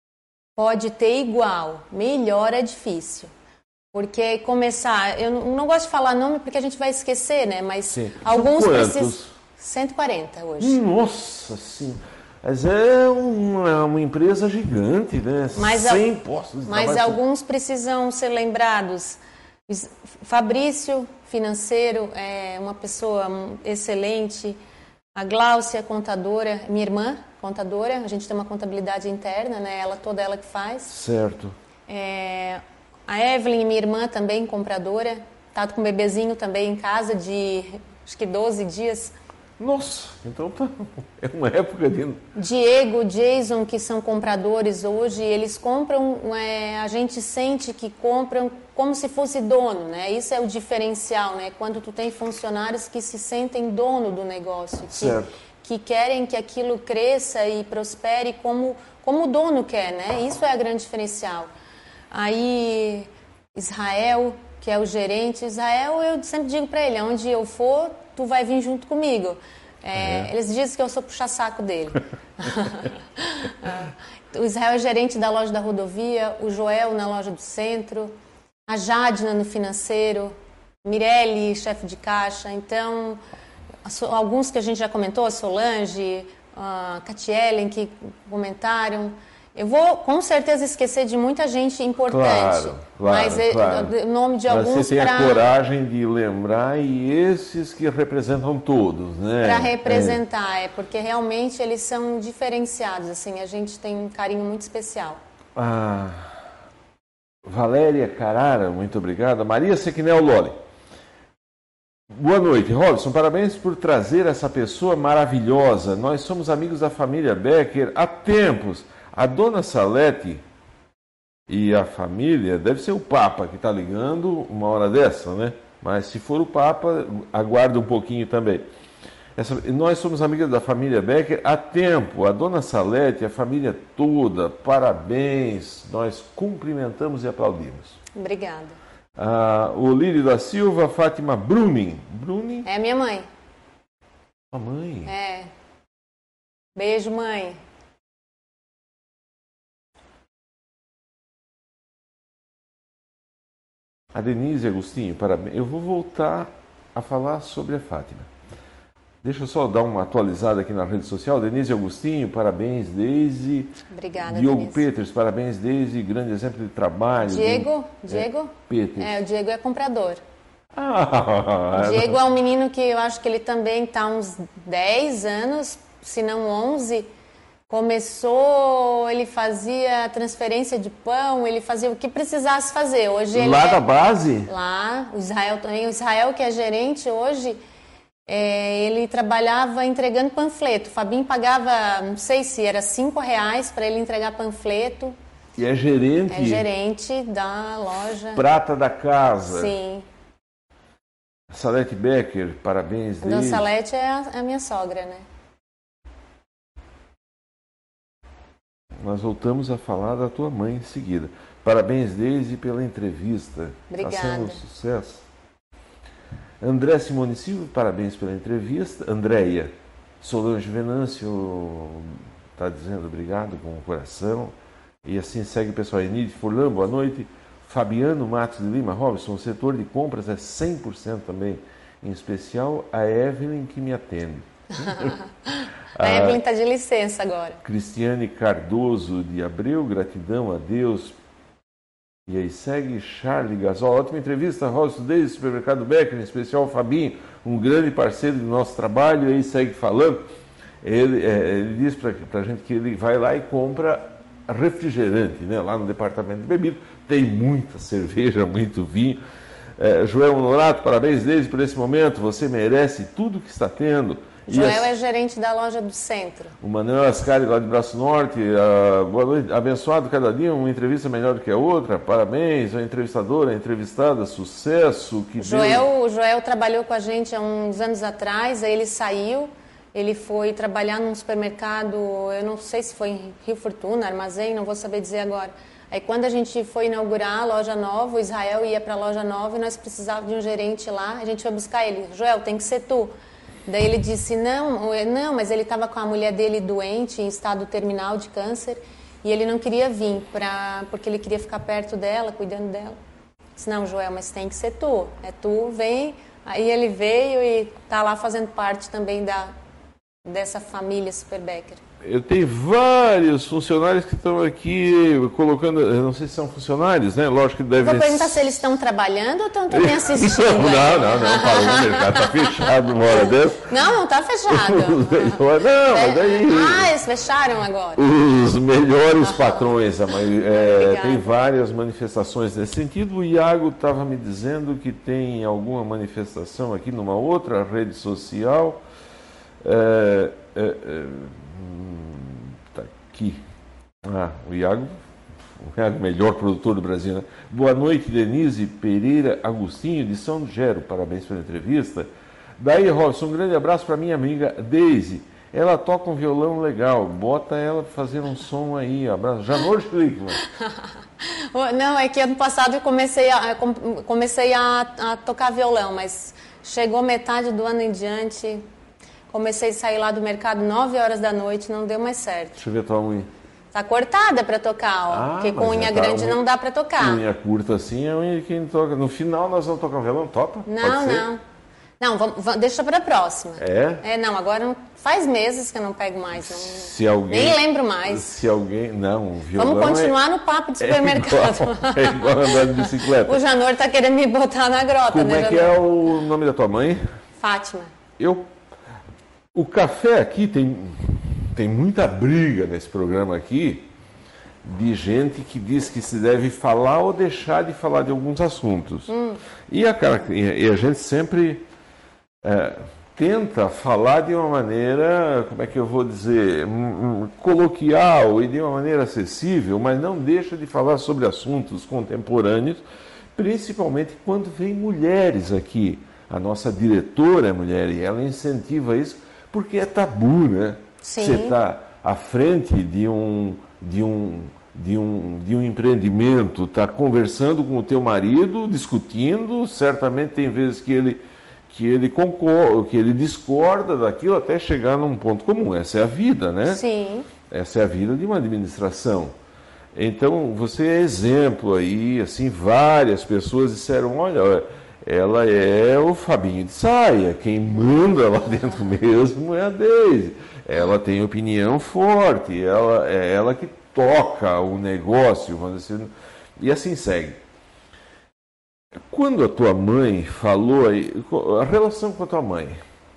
pode ter igual, melhor é difícil. Porque começar, eu não, não gosto de falar nome porque a gente vai esquecer, né? Mas
Sim.
alguns
São quantos?
precisam... cento e quarenta hoje.
Nossa Senhora. Mas é uma, uma empresa gigante, né?
Mas,
cem
al-
postos de
mas
trabalho.
alguns precisam ser lembrados. Is- Fabrício, financeiro, é uma pessoa hum, excelente. A Gláucia, contadora, minha irmã, contadora. A gente tem uma contabilidade interna, né? Ela, toda ela que faz.
Certo.
É, a Evelyn, minha irmã, também compradora. Tá com um bebezinho também em casa de, acho que doze dias.
Nossa, então tá. É uma época de...
Diego, Jason, que são compradores hoje, eles compram, é, a gente sente que compram como se fosse dono, né? Isso é o diferencial, né? Quando tu tem funcionários que se sentem dono do negócio,
Certo.
que, que querem que aquilo cresça e prospere como, como o dono quer, né? Isso é a grande diferencial. Aí Israel, que é o gerente, Israel, eu sempre digo para ele, onde eu for, tu vai vir junto comigo. É, é. Eles dizem que eu sou puxa-saco dele. O Israel é gerente da loja da rodovia, o Joel na loja do centro, a Jadna no financeiro, Mirelle, chefe de caixa. Então, alguns que a gente já comentou, a Solange, a Catielen, que comentaram. Eu vou com certeza esquecer de muita gente importante,
claro, claro,
mas
claro.
o nome de alguns.
Você tem
pra...
a coragem de lembrar e esses que representam todos, né?
Para representar, é. é porque realmente eles são diferenciados, assim, a gente tem um carinho muito especial.
Ah, Valéria Carara, muito obrigada. Maria Sequinel Loli. Boa noite, Robson. Parabéns por trazer essa pessoa maravilhosa. Nós somos amigos da família Becker há tempos. A dona Salete e a família, deve ser o Papa que está ligando uma hora dessa, né? Mas se for o Papa, aguarda um pouquinho também. Essa, nós somos amigos da família Becker há tempo. A dona Salete e a família toda, parabéns. Nós cumprimentamos e aplaudimos.
Obrigada.
Ah, o Lírio da Silva, Fátima Bruning. Bruning?
É minha mãe.
A mãe?
É. Beijo, mãe.
A Denise Agostinho, parabéns. Eu vou voltar a falar sobre a Fátima. Deixa eu só dar uma atualizada aqui na rede social. Denise Agostinho, parabéns, Deise.
Obrigada,
Diogo
Denise.
Peters, parabéns, Deise. Grande exemplo de trabalho.
Diego,
do...
Diego?
É, Peters.
É, o Diego é comprador.
Ah,
o Diego é um menino que eu acho que ele também está há uns dez anos, se não onze. Começou, ele fazia transferência de pão, ele fazia o que precisasse fazer. Hoje ele
lá
é,
da base?
Lá, o Israel também. O Israel, que é gerente hoje, é, ele trabalhava entregando panfleto. O Fabinho pagava, não sei se era cinco reais para ele entregar panfleto.
E é gerente?
É gerente da loja.
Prata da casa.
Sim.
Salete Becker, parabéns.
A dona Salete é a, é a minha sogra, né?
Nós voltamos a falar da tua mãe em seguida. Parabéns, Deise, pela entrevista.
Obrigada.
Está sendo um sucesso. André Simone Silva, parabéns pela entrevista. Andréia Solange Venâncio está dizendo obrigado com o coração. E assim segue o pessoal. Enide Furlan, boa noite. Fabiano Matos de Lima, Robson, o setor de compras é cem por cento também. Em especial a Evelyn que me atende.
A Evelyn está de licença agora.
Cristiane Cardoso de Abreu, gratidão a Deus. E aí segue Charlie Gasol. Ótima entrevista, Robson, desde o supermercado Becker, em especial o Fabinho, um grande parceiro do nosso trabalho. E aí segue falando. Ele, é, ele diz para a gente que ele vai lá e compra refrigerante, né? Lá no departamento de bebida. Tem muita cerveja, muito vinho. É, Joel Honorato, parabéns desde por esse momento. Você merece tudo que está tendo.
Joel é gerente da loja do centro.
O Manuel Ascari, lá de Braço Norte. Uh, boa noite. Abençoado cada dia, uma entrevista melhor do que a outra. Parabéns, a entrevistadora, a entrevistada, sucesso. Que
Joel,
Deus...
O Joel trabalhou com a gente há uns anos atrás, aí ele saiu, ele foi trabalhar num supermercado, eu não sei se foi em Rio Fortuna, Armazém, não vou saber dizer agora. Aí quando a gente foi inaugurar a loja nova, o Israel ia para a loja nova e nós precisávamos de um gerente lá, a gente foi buscar ele. Joel, tem que ser tu. Daí ele disse, não, não, mas ele estava com a mulher dele doente, em estado terminal de câncer, e ele não queria vir, pra, porque ele queria ficar perto dela, cuidando dela. Eu disse, não, Joel, mas tem que ser tu, é tu, vem. Aí ele veio e está lá fazendo parte também da, dessa família Super Becker.
Eu tenho vários funcionários que estão aqui colocando, eu não sei se são funcionários, né? Lógico que devem...
Vou perguntar se eles estão trabalhando ou estão também assistindo.
Não, não, não, não, parou, o mercado está fechado uma hora dessa.
Não, não está fechado.
Não, mas aí...
Ah, eles fecharam agora.
Os melhores patrões, é, tem várias manifestações nesse sentido. O Iago estava me dizendo que tem alguma manifestação aqui numa outra rede social. É, é, é, tá aqui. Ah, o Iago, o Iago, melhor produtor do Brasil, né? Boa noite, Denise Pereira Agostinho, de São Gero. Parabéns pela entrevista. Daí, Robson, um grande abraço para minha amiga Deise. Ela toca um violão legal. Bota ela para fazer um som aí. Abraço. Janor Schlickman.
Não, é que ano passado eu comecei a, comecei a, a tocar violão, mas chegou metade do ano em diante, comecei a sair lá do mercado nove horas da noite, não deu mais certo.
Deixa eu ver a tua unha.
Tá cortada para tocar, ó,
Ah,
porque com unha
é, tá,
grande
unha,
não dá para tocar.
Unha curta assim é unha de quem toca. No final nós vamos tocar violão, topa?
Não, não. Não, vamos, vamos, deixa para a próxima.
É?
É, não, agora não, faz meses que eu não pego mais. Não,
se alguém,
nem lembro mais.
Se alguém... Não, o violão
vamos continuar
é,
no papo de supermercado.
É igual, é igual andar de bicicleta.
O Janor tá querendo me botar na grota,
Como
né,
é que
Janor?
é o nome da tua mãe?
Fátima.
Eu... O café aqui tem, tem muita briga nesse programa aqui de gente que diz que se deve falar ou deixar de falar de alguns assuntos. Hum. E, a, e a gente sempre é, tenta falar de uma maneira, como é que eu vou dizer, coloquial e de uma maneira acessível, mas não deixa de falar sobre assuntos contemporâneos, principalmente quando vem mulheres aqui. A nossa diretora é mulher e ela incentiva isso porque é tabu, né?
Sim.
Você está à frente de um... De um De um, de um empreendimento, está conversando com o teu marido, discutindo, certamente tem vezes que ele, que ele concorda, que ele discorda daquilo até chegar num ponto comum. Essa é a vida, né?
Sim.
Essa é a vida de uma administração. Então, você é exemplo aí, assim, várias pessoas disseram, olha, ela é o Fabinho de Saia, quem manda lá dentro mesmo é a Deise. Ela tem opinião forte, ela, é ela que toca o negócio, vamos dizer, e assim segue. Quando a tua mãe falou, a relação com a tua mãe,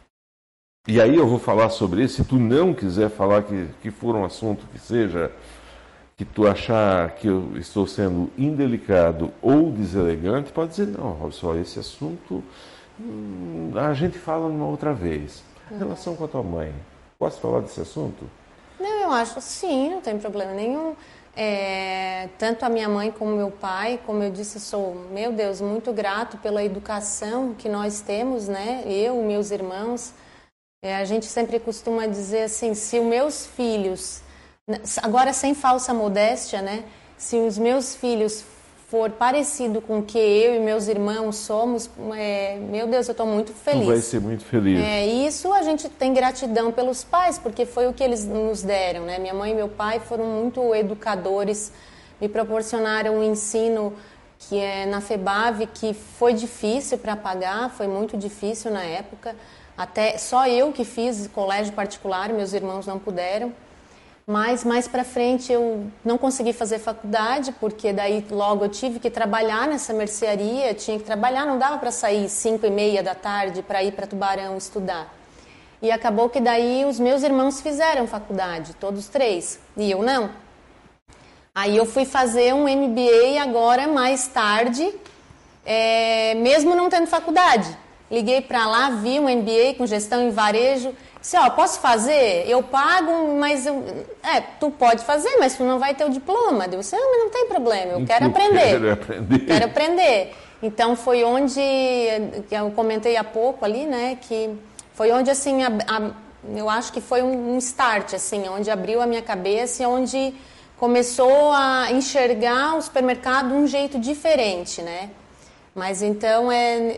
e aí eu vou falar sobre isso, se tu não quiser falar que, que for um assunto que seja, que tu achar que eu estou sendo indelicado ou deselegante, pode dizer, não, Robson, esse assunto hum, a gente fala numa outra vez. A relação com a tua mãe, posso falar desse assunto?
Não, eu acho sim, não tem problema nenhum. É, tanto a minha mãe como meu pai, como eu disse, sou, meu Deus, muito grato pela educação que nós temos, né? Eu, meus irmãos. É, a gente sempre costuma dizer assim, se os meus filhos, agora sem falsa modéstia, né? Se os meus filhos for parecido com o que eu e meus irmãos somos, é, meu Deus, eu estou muito feliz.
Tu vai ser muito feliz.
É, e isso a gente tem gratidão pelos pais, porque foi o que eles nos deram, né? Minha mãe e meu pai foram muito educadores, me proporcionaram um ensino que é na FEBAV, que foi difícil para pagar, foi muito difícil na época. Até só eu que fiz colégio particular, meus irmãos não puderam. Mas mais para frente eu não consegui fazer faculdade, porque daí logo eu tive que trabalhar nessa mercearia, tinha que trabalhar, não dava para sair cinco e meia da tarde para ir para Tubarão estudar. E acabou que daí os meus irmãos fizeram faculdade, todos três, e eu não. Aí eu fui fazer um M B A agora mais tarde, é, mesmo não tendo faculdade. Liguei para lá, vi um M B A com gestão em varejo. Disse, ó, posso fazer? Eu pago, mas eu... É, tu pode fazer, mas tu não vai ter o diploma. Eu disse, não, mas não tem problema, eu quero
eu
aprender.
Quero aprender.
Quero aprender. Então, foi onde, eu comentei há pouco ali, né, que foi onde, assim, a, a, eu acho que foi um start, assim, onde abriu a minha cabeça e onde começou a enxergar o supermercado de um jeito diferente, né. Mas, então, é...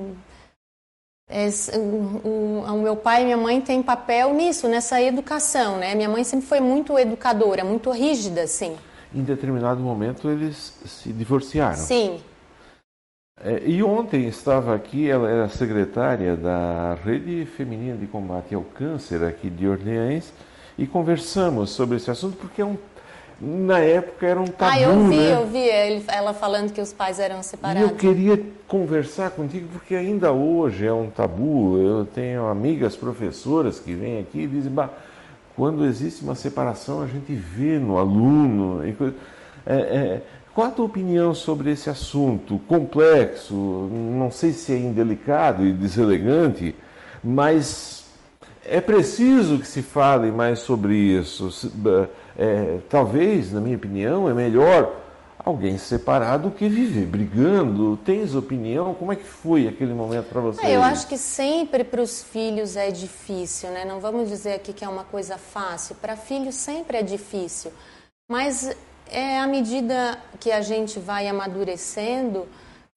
É, o, o, o meu pai e minha mãe têm papel nisso, nessa educação, né? Minha mãe sempre foi muito educadora, muito rígida, assim.
Em determinado momento eles se divorciaram.
Sim.
É, e ontem estava aqui, ela era secretária da Rede Feminina de Combate ao Câncer aqui de Orleans e conversamos sobre esse assunto porque é um na época era um tabu,
Ah, eu vi,
né?
eu vi ele, ela falando que os pais eram separados.
E eu queria conversar contigo, porque ainda hoje é um tabu. Eu tenho amigas professoras que vêm aqui e dizem, bah, quando existe uma separação, a gente vê no aluno. E coisa... é, é... Qual a tua opinião sobre esse assunto complexo? Não sei se é indelicado e deselegante, mas é preciso que se fale mais sobre isso. É, talvez, na minha opinião, é melhor alguém separado que viver brigando. Tens opinião? Como é que foi aquele momento para você?
Ah, eu acho que sempre para os filhos é difícil, né? Não vamos dizer aqui que é uma coisa fácil. Para filhos sempre é difícil. Mas é à medida que a gente vai amadurecendo,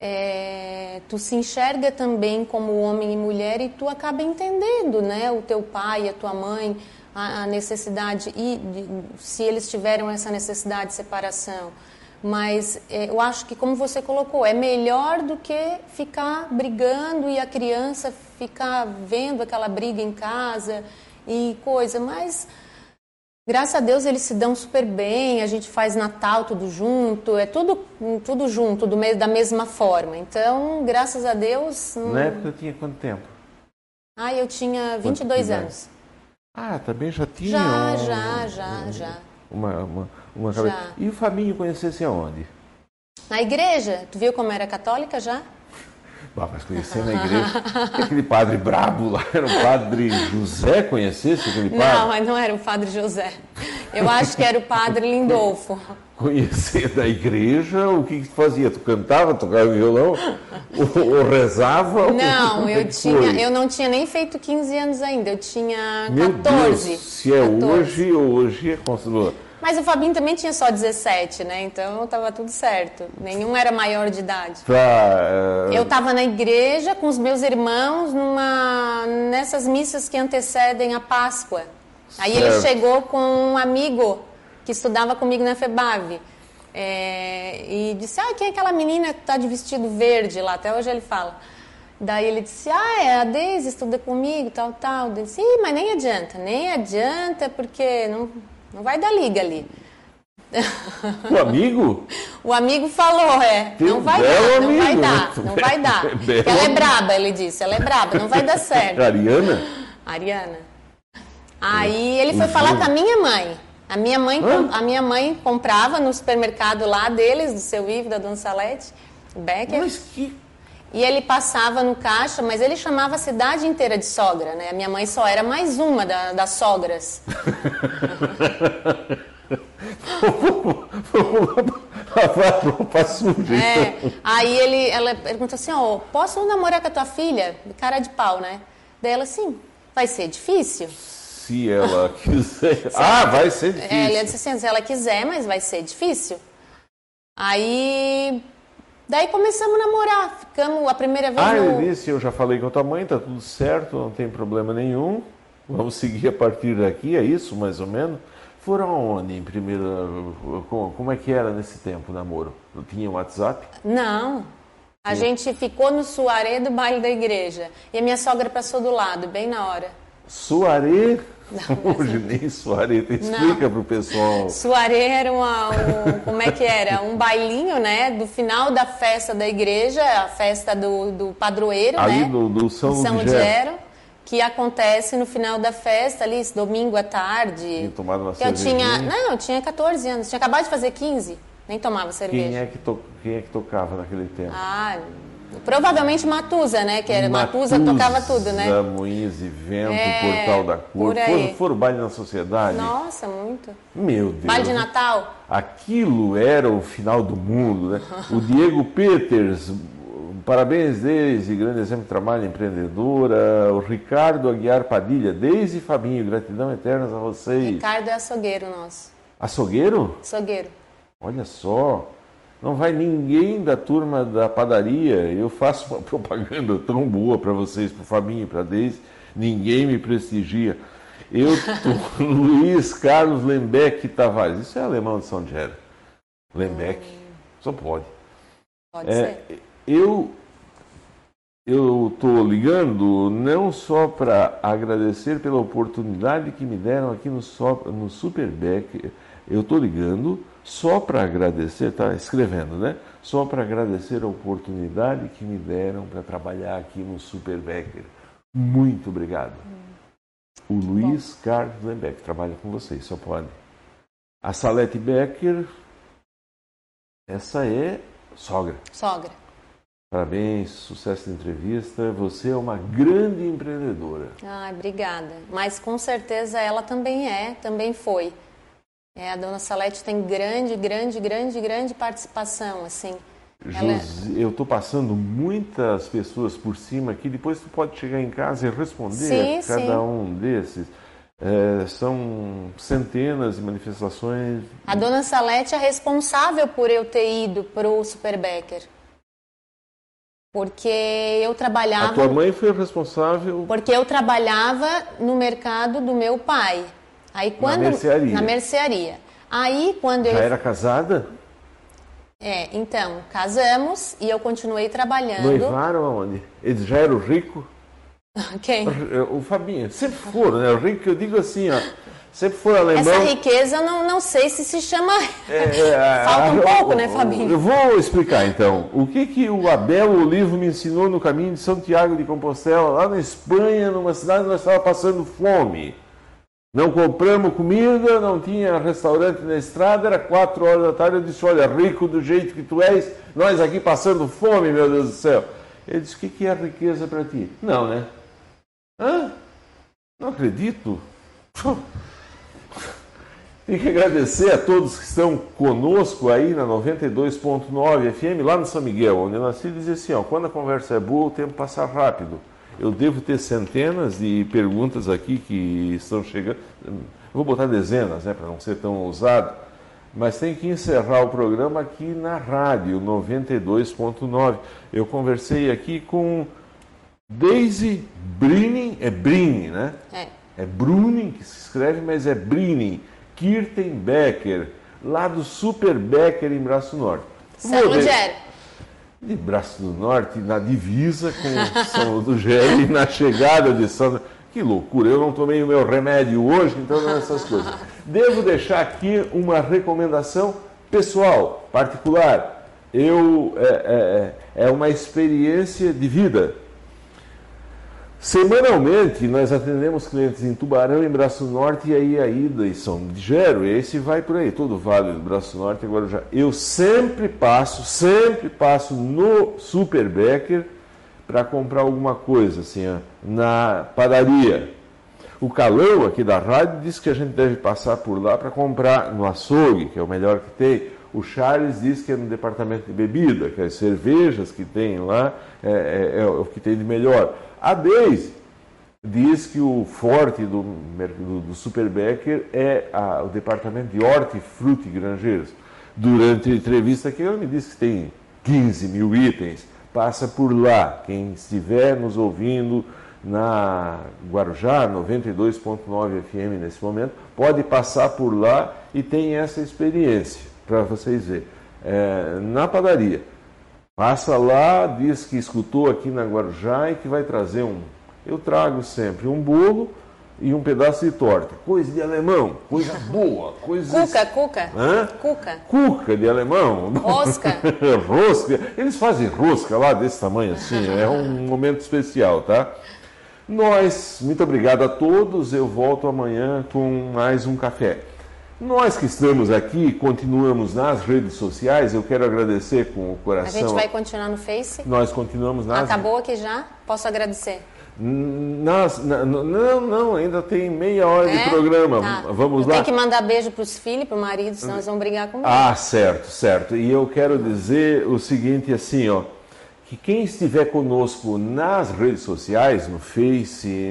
é, tu se enxerga também como homem e mulher e tu acaba entendendo, né? O teu pai, a tua mãe, a, a necessidade, e de, se eles tiveram essa necessidade de separação. Mas é, eu acho que, como você colocou, é melhor do que ficar brigando e a criança ficar vendo aquela briga em casa e coisa. Mas, graças a Deus, eles se dão super bem, a gente faz Natal tudo junto, é tudo, tudo junto, do meio, da mesma forma. Então, graças a Deus... Hum...
Na época tinha quanto tempo?
Ah, eu tinha vinte e dois anos.
Ah, também já tinha?
Já,
um...
já, já, já.
Uma, uma, uma cabeça. E o Fabinho conhecesse aonde?
Na igreja. Tu viu como era católica já?
Ah, mas conhecer na igreja. Aquele padre brabo lá, era o padre José, conhecesse aquele padre?
Não, mas não era o padre José. Eu acho que era o padre Lindolfo.
Conhecer da igreja, o que, que tu fazia? Tu cantava, tocava violão? ou, ou rezava?
Não,
ou,
eu, tinha, eu não tinha nem feito quinze anos ainda, eu tinha quatorze.
Meu Deus, se é
quatorze.
hoje, hoje é considerado.
Mas o Fabinho também tinha só dezessete, né? Então estava tudo certo. Nenhum era maior de idade.
Pra, uh...
Eu estava na igreja com os meus irmãos numa nessas missas que antecedem a Páscoa. Aí certo. Ele chegou com um amigo que estudava comigo na FEBAV. É, e disse, ah, quem é aquela menina que está de vestido verde lá? Até hoje ele fala. Daí ele disse, ah, é a Deise, estuda comigo, tal, tal. Eu disse, ih, mas nem adianta, nem adianta, porque não, não vai dar liga ali.
O amigo?
O amigo falou, é,
Tem
não vai
dar,
não
amigo.
vai dar, não vai dar. Porque ela é braba, ele disse, ela é braba, não vai dar certo.
Ariana?
Ariana. Aí ele foi o falar jogo. Com a minha mãe. A minha mãe, a minha mãe comprava no supermercado lá deles, do seu Ivo, da Dona Salete, o Becker.
Mas que...
E ele passava no caixa, mas ele chamava a cidade inteira de sogra, né? A minha mãe só era mais uma da, das sogras. É, aí ele, ela pergunta assim, ó, oh, posso namorar com a tua filha? Cara de pau, né? Daí ela assim, vai ser difícil?
Se ela quiser. Ah,
ela,
vai ser difícil.
É, ele disse assim, se ela quiser, mas vai ser difícil. Aí, daí começamos a namorar. Ficamos a primeira vez
Ah,
no...
ele disse, eu já falei com a tua mãe, tá tudo certo, não tem problema nenhum. Vamos seguir a partir daqui, é isso, mais ou menos? Foram aonde, em primeiro... Como é que era nesse tempo, namoro? Tinha WhatsApp?
Não. A Sim. gente ficou no soirée do baile da igreja. E a minha sogra passou do lado, bem na hora.
Soirée? Não, hoje nem soirée. Explica para o pessoal.
Soirée era uma... Um, como é que era? Um bailinho, né? Do final da festa da igreja, a festa do, do padroeiro,
ali
né?
Ali do, do São,
São Gero. Que acontece no final da festa, ali, domingo à tarde.
Tinha tomado uma
que eu
cervejinha?
tinha, não, eu tinha catorze anos. Tinha acabado de fazer quinze. Nem tomava cerveja.
Quem é que, to, quem é que tocava naquele tempo?
Ah... Provavelmente Matusa, né? Que era Matusa, Matusa tocava tudo, né?
Moinhos e Vento,
é,
Portal da Cor. Foram, foram baile na sociedade?
Nossa, muito.
Meu Deus.
Baile de Natal.
Aquilo era o final do mundo, né? O Diego Peters, parabéns, Deise, grande exemplo de trabalho empreendedora. O Ricardo Aguiar Padilha, Deise e Fabinho, gratidão eternas a vocês.
Ricardo é açougueiro nosso.
Açougueiro?
Açougueiro.
Olha só. Não vai ninguém da turma da padaria. Eu faço uma propaganda tão boa para vocês, para o Fabinho e para a Deise. Ninguém me prestigia. Eu tô Luiz Carlos Lembeck Tavares. Isso é alemão de São Gero. Lembeck. Hum. Só pode.
Pode
é,
ser. Eu
eu estou ligando não só para agradecer pela oportunidade que me deram aqui no, no Superbeck. Eu estou ligando só para agradecer, tá escrevendo, né? Só para agradecer a oportunidade que me deram para trabalhar aqui no Super Becker. Muito obrigado. Hum. O Luiz Bom. Carlos Lembeck trabalha com vocês, só pode. A Salete Becker, essa é sogra.
Sogra.
Parabéns, sucesso na entrevista. Você é uma grande empreendedora.
Ah, obrigada. Mas com certeza ela também é, também foi. É, a Dona Salete tem grande, grande, grande, grande participação, assim.
José, é... Eu estou passando muitas pessoas por cima aqui, depois tu pode chegar em casa e responder
sim,
a cada
sim.
um desses. É, são centenas de manifestações.
A dona Salete é responsável por eu ter ido para o Super Becker. Porque eu trabalhava...
A tua mãe foi responsável...
Porque eu trabalhava no mercado do meu pai. Aí, quando...
Na mercearia.
Na mercearia. Aí, quando
Já
eu...
era casada?
É, então, casamos e eu continuei trabalhando.
Noivaram aonde? Eles já eram ricos?
Quem?
O Fabinho. Sempre foram, né? O rico que eu digo assim, ó. Sempre foram alemão.
Essa riqueza, não, não sei se se chama...
É, é,
Falta um
a,
pouco,
a,
né, Fabinho?
Eu vou explicar, então. O que, que o Abel Olivo me ensinou no caminho de Santiago de Compostela, lá na Espanha, numa cidade onde nós estávamos passando fome. Não compramos comida, não tinha restaurante na estrada, era quatro horas da tarde. Eu disse, olha, rico do jeito que tu és, nós aqui passando fome, meu Deus do céu. Ele disse, o que, que é riqueza para ti? Não, né? Hã? Não acredito. Tem que agradecer a todos que estão conosco aí na noventa e dois ponto nove F M, lá no São Miguel, onde eu nasci, dizer assim, ó, quando a conversa é boa, o tempo passa rápido. Eu devo ter centenas de perguntas aqui que estão chegando. Eu vou botar dezenas, né, para não ser tão ousado, mas tem que encerrar o programa aqui na rádio noventa e dois ponto nove. Eu conversei aqui com Daisy Brining, é Brining, né?
É.
É Bruning que se escreve, mas é Brining Kirtenbecker, lá do Super Becker em Braço Norte.
São Lugero.
De Braço do Norte, na divisa com São Lugero e na chegada de São... Que loucura, eu não tomei o meu remédio hoje, então não é essas coisas. Devo deixar aqui uma recomendação pessoal, particular. Eu, é, é, é uma experiência de vida. Semanalmente, nós atendemos clientes em Tubarão, em Braço Norte, e aí a ida e São Lugero, e esse vai por aí, todo o Vale do Braço Norte, agora já. Eu sempre passo, sempre passo no Super Becker para comprar alguma coisa, assim, ó, na padaria. O Calão, aqui da rádio, disse que a gente deve passar por lá para comprar no açougue, que é o melhor que tem. O Charles diz que é no departamento de bebida, que as cervejas que tem lá é, é, é o que tem de melhor. A Deise diz que o forte do, do, do Super Becker é a, o departamento de hortifruti granjeiros. Durante a entrevista aqui, ela me disse que tem quinze mil itens. Passa por lá. Quem estiver nos ouvindo na Guarujá, noventa e dois ponto nove F M nesse momento, pode passar por lá e tem essa experiência, para vocês verem. É, na padaria. Passa lá, diz que escutou aqui na Guarujá e que vai trazer um... Eu trago sempre um bolo e um pedaço de torta. Coisa de alemão, coisa boa. Coisa...
Cuca, cuca.
Hã?
Cuca.
Cuca de alemão.
Rosca.
Rosca. Eles fazem rosca lá desse tamanho assim, é um momento especial, tá? Nós, muito obrigado a todos, eu volto amanhã com mais um café. Nós que estamos aqui, continuamos nas redes sociais, eu quero agradecer com o coração.
A gente vai continuar no Face?
Nós continuamos nas...
Acabou aqui já? Posso agradecer?
Nas... Não, não, ainda tem meia hora
é?
de programa.
Tá.
Vamos
eu
lá.
Tem que mandar beijo para os filhos, para o marido, senão eles vão brigar comigo.
Ah, certo, certo. E eu quero dizer o seguinte, assim, ó, que quem estiver conosco nas redes sociais, no Face,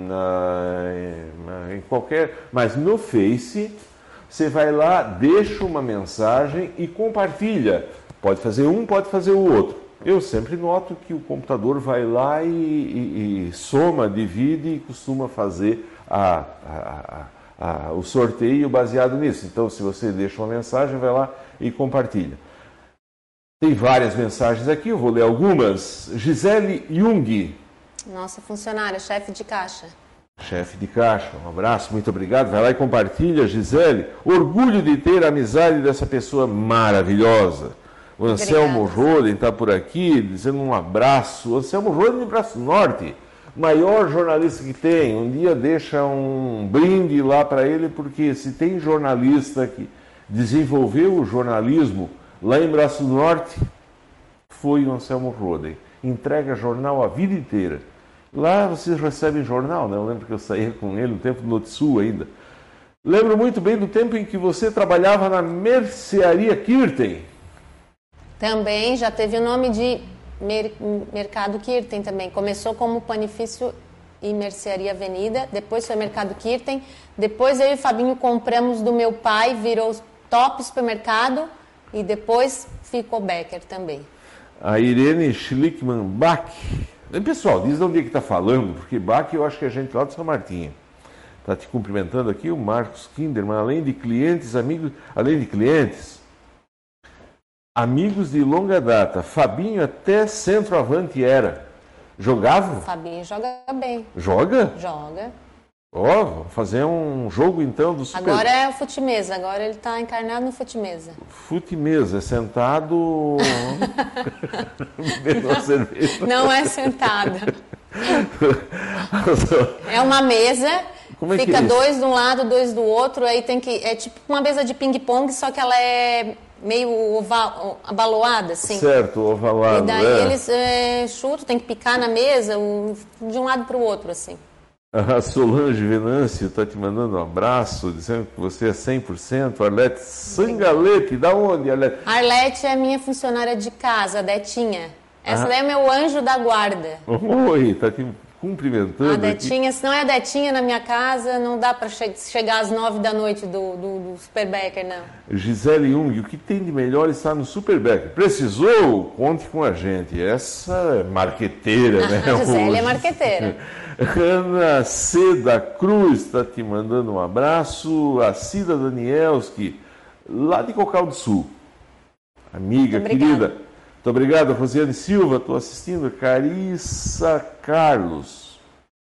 na, em qualquer... Mas no Face... Você vai lá, deixa uma mensagem e compartilha. Pode fazer um, pode fazer o outro. Eu sempre noto que o computador vai lá e, e, e soma, divide e costuma fazer a, a, a, a, o sorteio baseado nisso. Então, se você deixa uma mensagem, vai lá e compartilha. Tem várias mensagens aqui, eu vou ler algumas. Gisele Jung.
Nossa funcionária, chefe de caixa.
Chefe de caixa, um abraço, muito obrigado. Vai lá e compartilha, Gisele. Orgulho de ter a amizade dessa pessoa maravilhosa. O Anselmo Roden está por aqui, dizendo um abraço. O Anselmo Roden de Braço Norte, maior jornalista que tem. Um dia deixa um brinde lá para ele, porque se tem jornalista que desenvolveu o jornalismo lá em Braço Norte, foi o Anselmo Roden. Entrega jornal a vida inteira. Lá vocês recebem jornal, né? Eu lembro que eu saía com ele no tempo do Notissul ainda. Lembro muito bem do tempo em que você trabalhava na mercearia Kirten.
Também já teve o nome de Mer- Mercado Kirten também. Começou como panifício e Mercearia Avenida, depois foi Mercado Kirten, depois eu e o Fabinho compramos do meu pai, virou Top Supermercado e depois ficou Becker também.
A Irene Schlickman Bach. Pessoal, diz de onde é que está falando, porque Bach eu acho que é gente lá do São Martinho. Está te cumprimentando aqui o Marcos Kinderman, além de clientes, amigos, além de clientes, amigos de longa data. Fabinho até centroavante era. Jogava?
Fabinho joga bem.
Joga?
Joga.
Ó, oh, vamos fazer um jogo então do Super...
Agora é o fute-mesa, agora ele está encarnado no fute-mesa.
Fute-mesa, é sentado... Bebendo uma cerveja.
Não é sentado. É uma mesa,
Como é
fica
que é
dois de um lado, dois do outro, aí tem que... É tipo uma mesa de ping-pong, só que ela é meio oval, abaloada, assim.
Certo, ovalado.
E daí
é.
eles é, chutam, tem que picar na mesa, um, de um lado para o outro, assim.
A Solange Venâncio está te mandando um abraço, dizendo que você é cem por cento. Arlete Sangalete, da onde, Arlete?
Arlete é minha funcionária de casa, a Detinha. Essa ah. daí é meu anjo da guarda.
Oi, está te cumprimentando.
A Detinha, aqui. Se não é a Detinha na minha casa, não dá para che chegar às nove da noite do, do, do Super Becker, não.
Gisele Jung, o que tem de melhor está no Super Becker. Precisou? Conte com a gente. Essa é marqueteira, né?
A Gisele é marqueteira.
Ana C. da Cruz está te mandando um abraço. A Cida Danielski, lá de Cocal do Sul. Amiga,
Muito
querida.
obrigada.
Muito obrigado, Rosiane Silva. Estou assistindo. Carissa Carlos.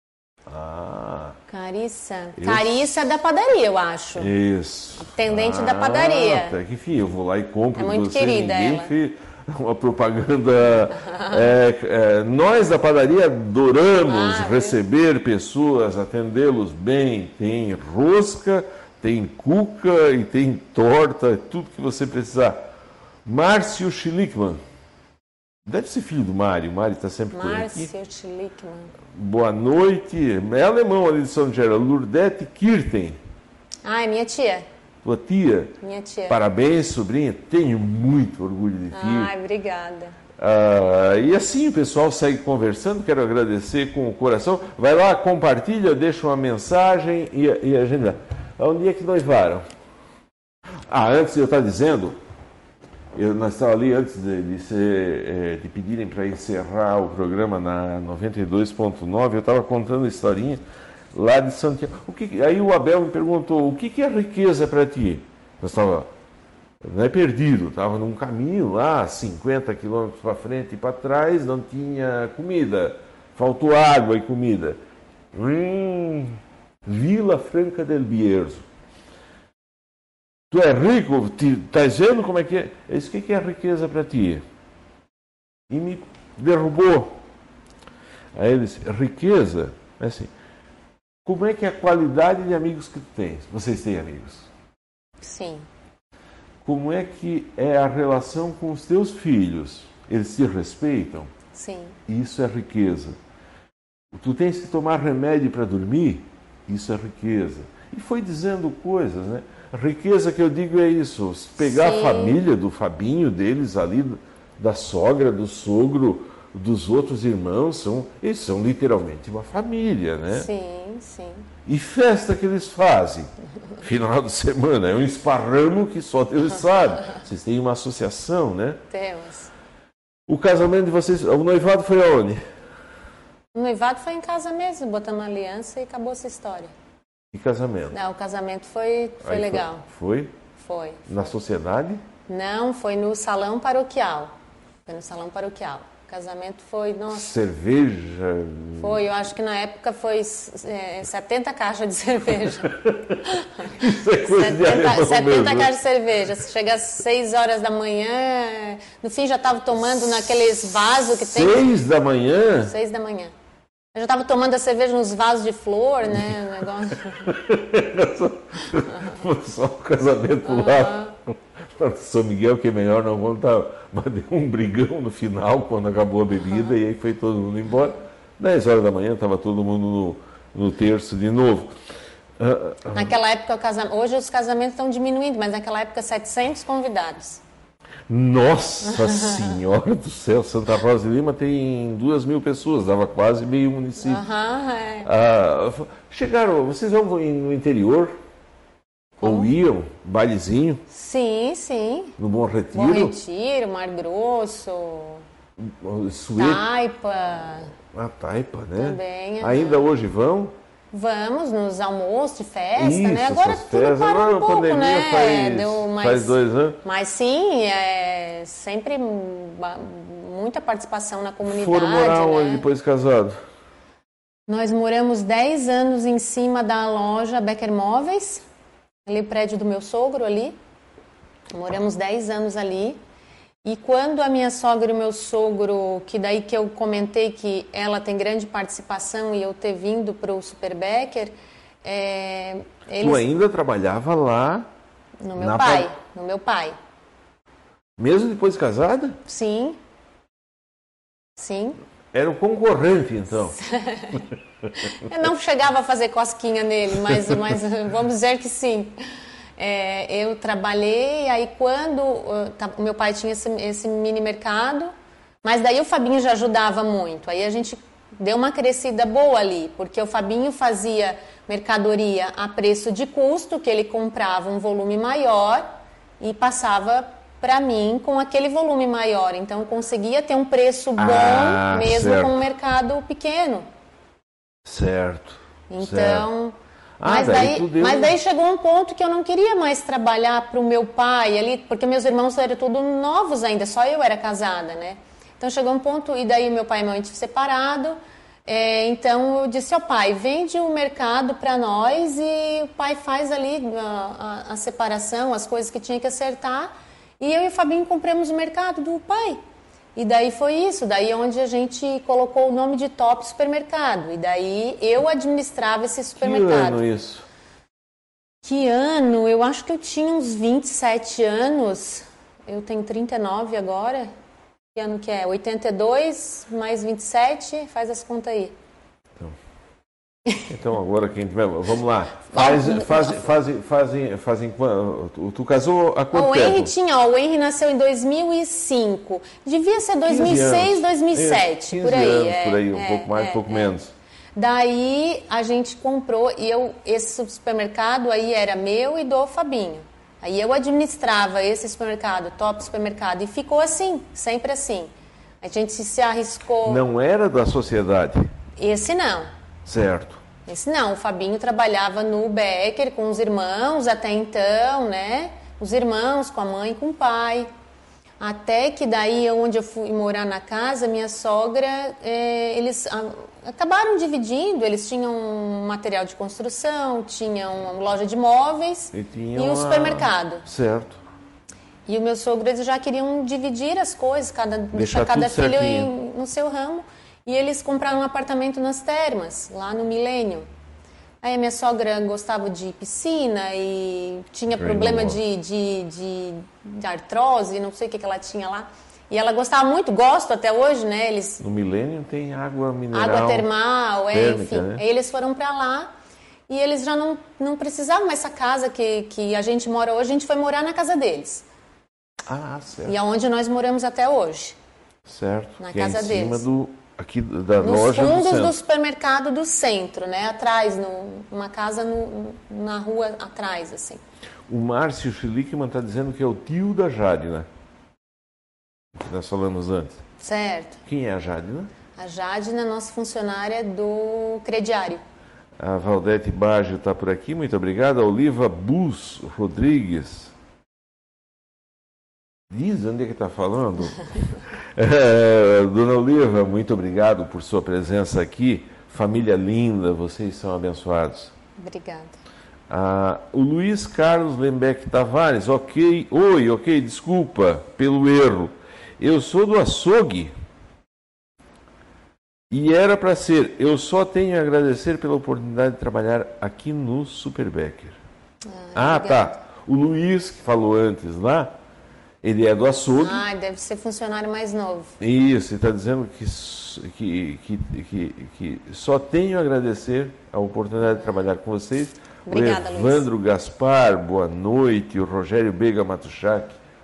Ah.
Carissa.
Eu...
Carissa da padaria, eu acho.
Isso.
Atendente
ah,
da padaria.
Tá, enfim, eu vou lá e compro.
É muito
você,
querida ela.
Fez uma propaganda. é, é, nós da padaria adoramos ah, receber pessoas, atendê-los bem. Tem rosca, tem cuca e tem torta, tudo que você precisar. Márcio Schlickman. Deve ser filho do Mário. O Mário está sempre por aqui.
Márcio Schlickman.
Boa noite. É alemão ali de São Geraldo. Lurdete Kirten.
Ah, é minha tia.
Tua tia?
Minha tia.
Parabéns, sobrinha. Tenho muito orgulho de ti.
Ai, obrigada.
Ah, e assim o pessoal segue conversando. Quero agradecer com o coração. Vai lá, compartilha, deixa uma mensagem e, e agenda. Onde é que noivaram? Ah, antes eu estar dizendo... Eu, nós estávamos ali antes de, de, ser, de pedirem para encerrar o programa na noventa e dois ponto nove, eu estava contando a historinha lá de Santiago. O que, aí o Abel me perguntou, o que, que é riqueza para ti? Eu estava não é perdido, estava num caminho lá, cinquenta quilômetros para frente e para trás, não tinha comida, faltou água e comida. Hum, Vila Franca del Bierzo. Tu é rico, estás vendo como é que é? Isso que é riqueza para ti? E me derrubou. Aí ele disse, riqueza, é assim, como é que é a qualidade de amigos que tu tens? Vocês têm amigos?
Sim.
Como é que é a relação com os teus filhos? Eles se respeitam?
Sim.
Isso é riqueza. Tu tens que tomar remédio para dormir? Isso é riqueza. E foi dizendo coisas, né? A riqueza que eu digo é isso, pegar Sim. a família do Fabinho, deles ali, da sogra, do sogro, dos outros irmãos, são, eles são literalmente uma família, né?
Sim, sim.
E festa que eles fazem, final de semana, é um esparramo que só Deus sabe. Vocês têm uma associação, né?
Temos.
O casamento de vocês, o noivado foi aonde?
O noivado foi em casa mesmo, botamos uma aliança e acabou essa história.
E casamento?
Não, o casamento foi, foi
Aí
legal.
Foi?
Foi.
Na sociedade?
Não, foi no salão paroquial. Foi no salão paroquial. O casamento foi, nossa...
Cerveja?
Foi, eu acho que na época foi é, setenta caixas de cerveja.
Isso é coisa de alemão
setenta
mesmo.
caixas de cerveja. Chega às seis horas da manhã, no fim já estava tomando naqueles vasos que tem...
Seis da manhã?
Seis da manhã. Eu já estava tomando a cerveja nos vasos de flor, né? O negócio.
Só o casamento uhum. lá. São Miguel, que é melhor não contar. Mas deu um brigão no final, quando acabou a bebida, uhum. e aí foi todo mundo embora. dez horas da manhã, estava todo mundo no, no terço de novo.
Naquela época, o casamento... hoje os casamentos estão diminuindo, mas naquela época, setecentos convidados.
Nossa Senhora do céu, Santa Rosa de Lima tem duas mil pessoas, dava quase meio município.
Aham, é.
Ah, chegaram, vocês vão no interior?
Como?
Ou iam, bailezinho,
Sim, sim.
no Bom Retiro?
Bom Retiro, Mar Grosso,
Suíte?
Taipa.
Ah, Taipa, né?
Também, aham.
Ainda hoje vão?
Vamos nos almoços de festa,
Isso,
né? Agora
essas
tudo
festas.
parou
Agora
um
a
pouco,
pandemia
né?
faz,
Deu mais-
faz dois anos.
Mas sim, é sempre ba- muita participação na comunidade,
Foram morar
né?
onde depois de casado?
Nós moramos dez anos em cima da loja Becker Móveis, ali prédio do meu sogro ali. Moramos dez anos ali. E quando a minha sogra e o meu sogro, que daí que eu comentei que ela tem grande participação e eu ter vindo para o Super Becker, é, eles...
Tu ainda trabalhava lá,
No meu
na
pai,
pa-
no meu pai.
mesmo depois de casada?
Sim. Sim.
Era um concorrente, então.
Eu não chegava a fazer cosquinha nele, mas, mas vamos dizer que sim. É, eu trabalhei, aí quando uh, tá- o meu pai tinha esse, esse mini mercado, mas daí o Fabinho já ajudava muito. Aí a gente deu uma crescida boa ali, porque o Fabinho fazia mercadoria a preço de custo, que ele comprava um volume maior e passava para mim com aquele volume maior. Então eu conseguia ter um preço bom
Ah,
mesmo
certo.
com um mercado pequeno.
Certo. certo.
Então,
Ah,
mas,
daí
daí,
tu deu-
mas daí chegou um ponto que eu não queria mais trabalhar para o meu pai ali, porque meus irmãos eram todos novos ainda, só eu era casada, né? Então chegou um ponto, e daí meu pai e minha mãe tinham separado, é, então eu disse ao pai, vende o mercado para nós e o pai faz ali a, a, a separação, as coisas que tinha que acertar, e eu e o Fabinho compramos o mercado do pai. E daí foi isso, daí onde a gente colocou o nome de Top Supermercado. E daí eu administrava esse
Que
supermercado.
ano isso?
Que ano? Eu acho que eu tinha uns vinte e sete anos. Eu tenho trinta e nove agora. Que ano que é? oitenta e dois mais vinte e sete, faz as contas aí.
Então agora quem tiver, vamos lá. Faz, faz, faz, faz, faz, quando? Tu, tu casou há quanto
o
tempo?
Henry tinha, ó, o Henry nasceu em dois mil e cinco. Devia ser dois mil e seis, dois mil e sete,
quinze
por aí.
anos,
é,
por aí, um
é,
pouco mais,
é,
um pouco
é.
menos.
Daí a gente comprou e eu esse supermercado aí era meu e do Fabinho. Aí eu administrava esse supermercado, Top Supermercado, e ficou assim, sempre assim. A gente se arriscou.
Não era da sociedade,
Esse não.
certo?
Esse não, o Fabinho trabalhava no Becker com os irmãos até então, né? Os irmãos, com a mãe e com o pai. Até que daí, onde eu fui morar na casa, minha sogra, eh, eles ah, acabaram dividindo, eles tinham um material de construção, tinham uma loja de móveis
E,
e,
tinha
o
uma-
supermercado.
Certo.
E o meu sogro, eles já queriam dividir as coisas, cada,
Deixar
deixar cada
tudo
filho
certinho.
em- no seu ramo. E eles compraram um apartamento nas Termas, lá no Milênio. Aí a minha sogra gostava de piscina e tinha
Treino.
problema de, de, de, de artrose, não sei o que, que ela tinha lá. E ela gostava muito, gosto até hoje, né? Eles,
No Milênio tem água mineral.
água termal, é,
térmica,
enfim.
né?
Aí eles foram para lá e eles já não, não precisavam mais essa casa que, que a gente mora hoje, a gente foi morar na casa deles.
Ah, certo.
E é onde nós moramos até hoje.
Certo.
Na
que é
casa
em cima
deles.
do aqui da
Nos
loja do
fundos
centro.
do supermercado do centro, né? Atrás, no, uma casa no, na rua atrás, assim.
O Márcio Schlickman está dizendo que é o tio da Jadina, que nós falamos antes.
Certo.
Quem é a Jadina?
A Jadina, nossa funcionária do crediário.
A Valdete Baggio está por aqui, muito obrigado. A Oliva Bus Rodrigues. Diz onde é que está falando? É, Dona Oliva, muito obrigado por sua presença aqui. Família linda, vocês são abençoados.
Obrigada.
Ah, o Luiz Carlos Lembeck Tavares, ok, oi, ok, desculpa pelo erro. Eu sou do açougue e era para ser. Eu só tenho a agradecer pela oportunidade de trabalhar aqui no Super Becker. Ah,
Ah,
tá. O Luiz, que falou antes lá, ele é do açougue.
Ah, deve ser funcionário mais novo.
Isso, ele está dizendo que, s- que, que, que, que só tenho a agradecer a oportunidade de trabalhar com vocês.
Obrigada,
o Evandro Gaspar, boa noite. O Rogério Bega Matuchak,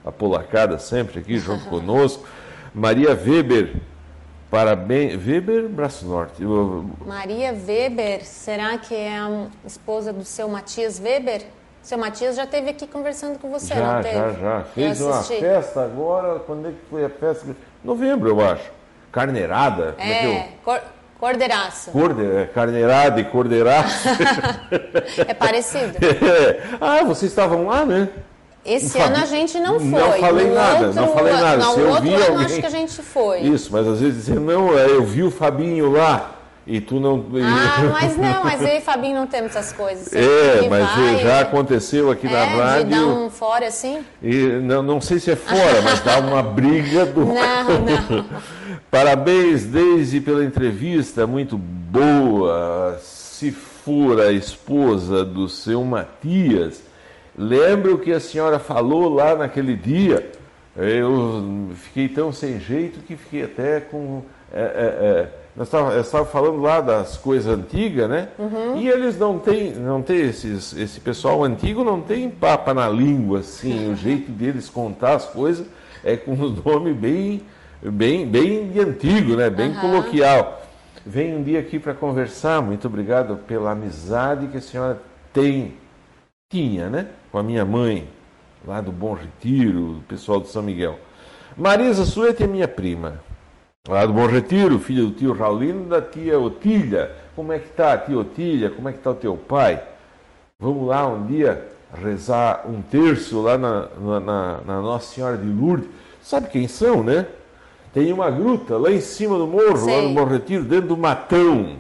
apolacada sempre aqui junto conosco. Maria Weber, parabéns. Weber, Braço Norte. Eu...
Maria Weber, será que é a esposa do seu Matias Weber? Seu Matias já esteve aqui conversando com você,
já,
não teve?
Já, já, Fez uma festa agora, quando é que foi a festa? Novembro, eu acho. Carneirada.
É, é eu... cor... cordeiraço.
Corde... Carneirada e cordeiraço.
É parecido.
É. Ah, vocês estavam lá, né?
Esse ano a gente não foi.
Não falei
no
nada,
outro...
não falei nada.
No
Se eu
outro
vi
ano
alguém...
acho que a gente foi.
Isso, mas às vezes dizem, não, eu vi o Fabinho lá. E tu não...
Ah, mas não, mas eu e Fabinho não temos essas coisas.
É, mas vai, já aconteceu aqui
é,
na rádio.
De dar um fora assim?
E não, não sei se é fora, mas dá uma briga do...
Não, não.
Parabéns, Deise, pela entrevista, muito boa. Se for a esposa do seu Matias, lembra o que a senhora falou lá naquele dia? Eu fiquei tão sem jeito que fiquei até com... É, é, é, Nós estávamos falando lá das coisas antigas, né? Uhum. E eles não têm, não têm esses, esse pessoal antigo não tem papa na língua, assim. O jeito deles contar as coisas é com um nome bem, bem, bem de antigo, né? Bem uhum. coloquial. Vem um dia aqui para conversar. Muito obrigado pela amizade que a senhora tem, tinha, né? Com a minha mãe, lá do Bom Retiro, o pessoal do São Miguel. Marisa Suete é minha prima. Lá do Bom Retiro, filha do tio Raulino e da tia Otília. Como é que está a tia Otília? Como é que está o teu pai? Vamos lá um dia rezar um terço lá na, na, na Nossa Senhora de Lourdes. Sabe quem são, né? Tem uma gruta lá em cima do morro, Sim. lá no Bom Retiro, dentro do matão.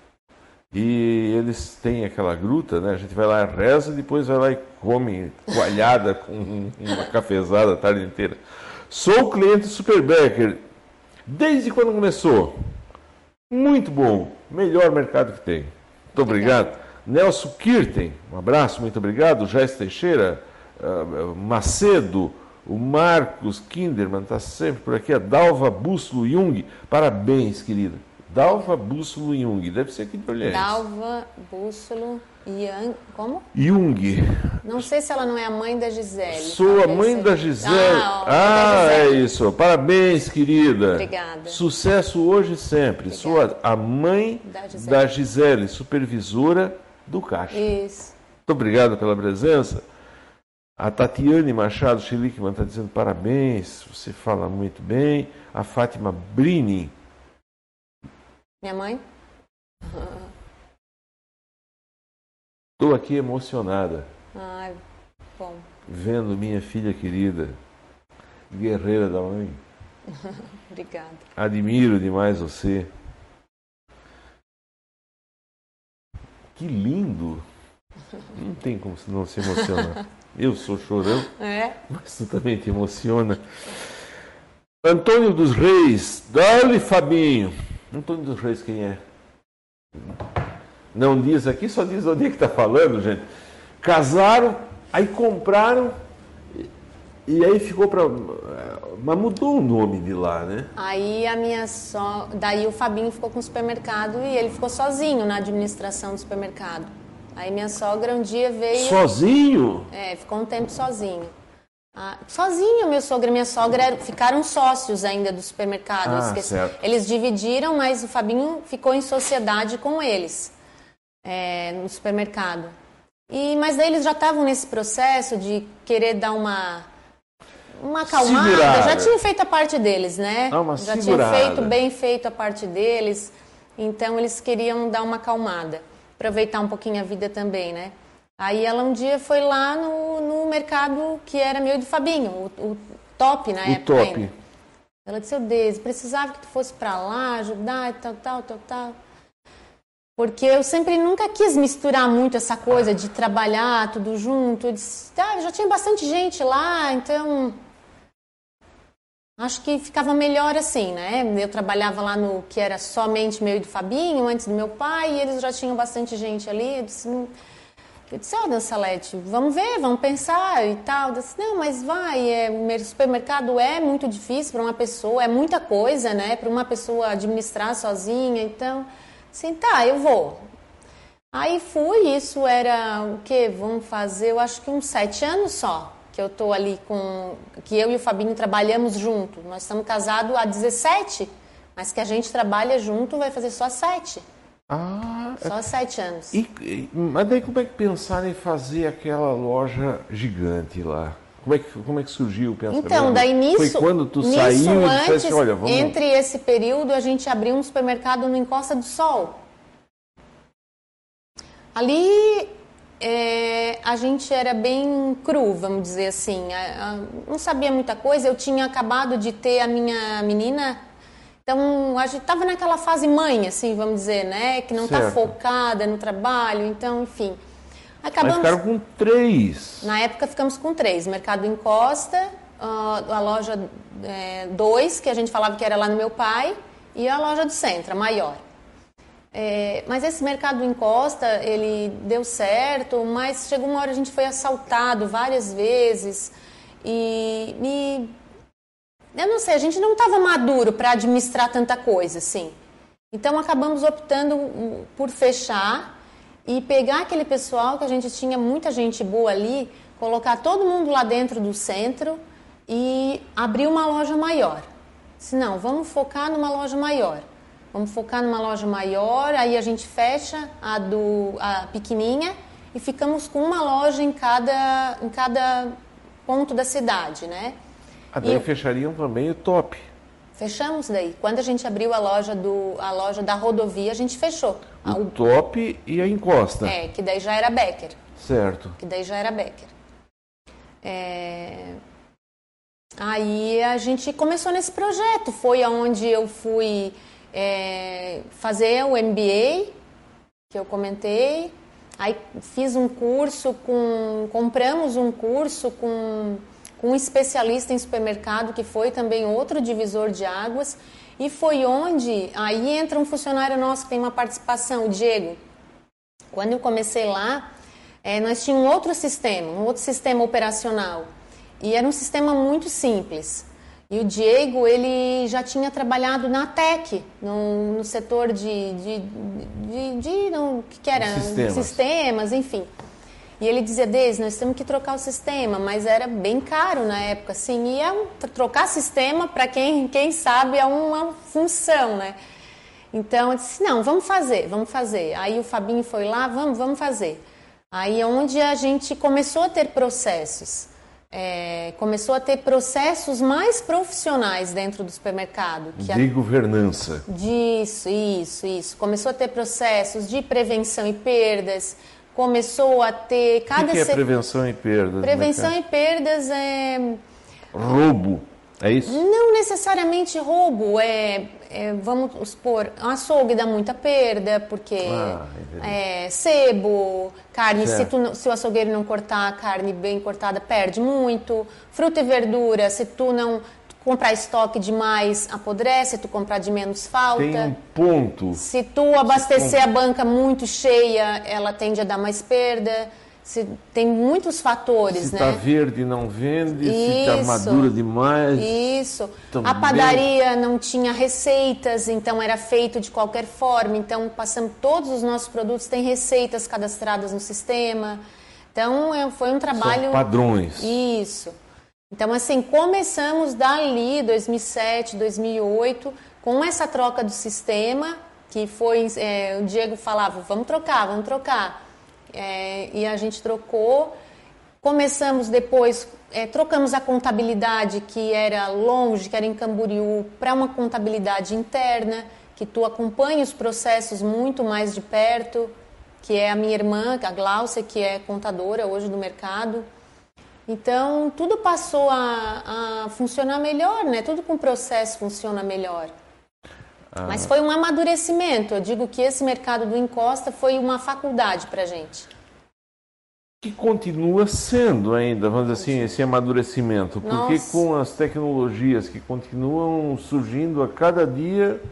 E eles têm aquela gruta, né? A gente vai lá, reza, depois vai lá e come coalhada com uma cafezada a tarde inteira. Sou cliente Super Becker. Desde quando começou? Muito bom. Melhor mercado que tem. Muito obrigado. obrigado. Nelson Kirten, um abraço, muito obrigado. Jais Teixeira, uh, Macedo, o Marcos Kinderman, está sempre por aqui. A Dalva Bússolo Jung, parabéns, querida. Dalva Bússolo Jung, deve ser aqui de Orleans.
Dalva Bússolo Jung, como?
Jung.
Não sei se ela não é a mãe da Gisele.
Sou a mãe seja. da Gisele. Ah, ah da Gisele. É isso. Parabéns, querida.
Obrigada.
Sucesso hoje e sempre. Obrigada. Sou a mãe da Gisele. da Gisele, supervisora do Caixa.
Isso.
Muito obrigado pela presença. A Tatiane Machado Schlickman está dizendo parabéns, você fala muito bem. A Fátima Brini.
Minha mãe?
Estou aqui emocionada.
Ai, bom.
Vendo minha filha querida, guerreira da mãe.
Obrigada.
Admiro demais você. Que lindo. Não tem como não se emocionar. Eu sou chorão,
é.
mas tu também te emociona. Antônio dos Reis, dá-lhe Fabinho. Antônio dos Reis quem é? Não diz aqui, só diz onde é que está falando, gente. Casaram, aí compraram, e aí ficou para... Mas mudou o nome de lá, né?
Aí a minha só... Daí o Fabinho ficou com o supermercado e ele ficou sozinho na administração do supermercado. Aí minha sogra um dia veio...
Sozinho?
É, ficou um tempo sozinho. Ah, sozinho, meu sogro e minha sogra ficaram sócios ainda do supermercado.
Ah, certo.
Eles dividiram, mas o Fabinho ficou em sociedade com eles, é, no supermercado. E, mas daí eles já estavam nesse processo de querer dar uma, uma acalmada.
Segurada.
Já tinham feito a parte deles, né?
Ah, uma
já
segurada.
tinham feito bem feito a parte deles. Então eles queriam dar uma acalmada. Aproveitar um pouquinho a vida também, né? Aí ela um dia foi lá no, no mercado que era meu e do Fabinho, o, o Top na
o
época
top.
ainda. Ela disse, ô Deise, precisava que tu fosse pra lá, ajudar e tal, tal, tal, tal. Porque eu sempre nunca quis misturar muito essa coisa de trabalhar tudo junto. Eu disse, ah, já tinha bastante gente lá, então... Acho que ficava melhor assim, né? Eu trabalhava lá no que era somente meu e do Fabinho, antes do meu pai, e eles já tinham bastante gente ali. Eu disse... Eu disse, ó, oh, Dona Salete, vamos ver, vamos pensar e tal. Eu disse, não, mas vai, é, o supermercado é muito difícil para uma pessoa, é muita coisa, né? Para uma pessoa administrar sozinha, então, assim, tá, eu vou. Aí fui, isso era o quê? Vamos fazer, eu acho que uns sete anos só. que eu tô ali com... que eu e o Fabinho trabalhamos junto. Nós estamos casados há dezessete, mas que a gente trabalha junto vai fazer só sete.
Ah,
Só sete anos.
E, e, mas daí como é que pensaram em fazer aquela loja gigante lá? Como é que, como é que surgiu o pensamento?
Então, daí nisso...
Foi quando tu
nisso,
saiu
antes,
e disseste, olha, vamos...
entre esse período, a gente abriu um supermercado no Encosta do Sol. Ali, é, a gente era bem cru, vamos dizer assim. A, a, não sabia muita coisa. Eu tinha acabado de ter a minha menina... Então, a gente estava naquela fase mãe, assim, vamos dizer, né? Que não está focada no trabalho, então, enfim. Acabamos...
Mas ficaram com três.
Na época, ficamos com três. Mercado Encosta, a loja dois, que a gente falava que era lá no meu pai, e a loja do centro, a maior. É, mas esse Mercado Encosta, ele deu certo, mas chegou uma hora a gente foi assaltado várias vezes e... e eu não sei, a gente não estava maduro para administrar tanta coisa, assim. Então, acabamos optando por fechar e pegar aquele pessoal, que a gente tinha muita gente boa ali, colocar todo mundo lá dentro do centro e abrir uma loja maior. Se não, vamos focar numa loja maior. Vamos focar numa loja maior, aí a gente fecha a, do, a pequenininha e ficamos com uma loja em cada, em cada ponto da cidade, né?
Ah, daí
e
fechariam também o Top.
Fechamos daí. Quando a gente abriu a loja, do, a loja da rodovia, a gente fechou.
O,
o
Top e a Encosta.
É, que daí já era Becker.
Certo.
Que daí já era Becker. É... Aí a gente começou nesse projeto. Foi aonde eu fui é, fazer o M B A, que eu comentei. Aí fiz um curso com... Compramos um curso com... um especialista em supermercado, que foi também outro divisor de águas, e foi onde, aí entra um funcionário nosso que tem uma participação, o Diego. Quando eu comecei lá, é, nós tínhamos um outro sistema, um outro sistema operacional, e era um sistema muito simples. E o Diego, ele já tinha trabalhado na T E C, no, no setor de, de, de, de no, que era?
Sistemas.
Sistemas, enfim. E ele dizia, Deise, nós temos que trocar o sistema, mas era bem caro na época, assim, e é um, trocar sistema, para quem, quem sabe, é uma função, né? Então, eu disse, não, vamos fazer, vamos fazer. Aí o Fabinho foi lá, vamos, vamos fazer. Aí é onde a gente começou a ter processos, é, começou a ter processos mais profissionais dentro do supermercado. Que
de
a...
governança.
Disso, isso, isso. Começou a ter processos de prevenção e perdas, começou a ter...
Cada o que, que é se... prevenção e perdas?
Prevenção e perdas é...
Roubo, é isso?
Não necessariamente roubo, é, é vamos supor, um açougue dá muita perda, porque
ah,
é, sebo, carne, se, tu, se o açougueiro não cortar a carne bem cortada, perde muito. Fruta e verdura, se tu não... comprar estoque demais apodrece, se tu comprar de menos falta.
Tem um ponto.
Se tu abastecer a banca muito cheia, ela tende a dar mais perda. Se, tem muitos fatores,
se
né?
Se tá verde não vende,
isso,
se tá madura demais.
Isso.
Também.
A padaria não tinha receitas, então era feito de qualquer forma. Então, passamos todos os nossos produtos, têm receitas cadastradas no sistema. Então, foi um trabalho...
São padrões.
Isso. Então, assim, começamos dali, dois mil e sete, dois mil e oito, com essa troca do sistema, que foi, é, o Diego falava, vamos trocar, vamos trocar. É, e a gente trocou. Começamos depois, é, trocamos a contabilidade, que era longe, que era em Camboriú, para uma contabilidade interna, que tu acompanha os processos muito mais de perto, que é a minha irmã, a Glaucia, que é contadora hoje do mercado. Então, tudo passou a, a funcionar melhor, né? Tudo com o processo funciona melhor. Ah. Mas foi um amadurecimento. Eu digo que esse mercado do Encosta foi uma faculdade para a gente.
Que continua sendo ainda, vamos dizer assim, esse amadurecimento. Porque Nossa. Com as tecnologias que continuam surgindo a cada dia,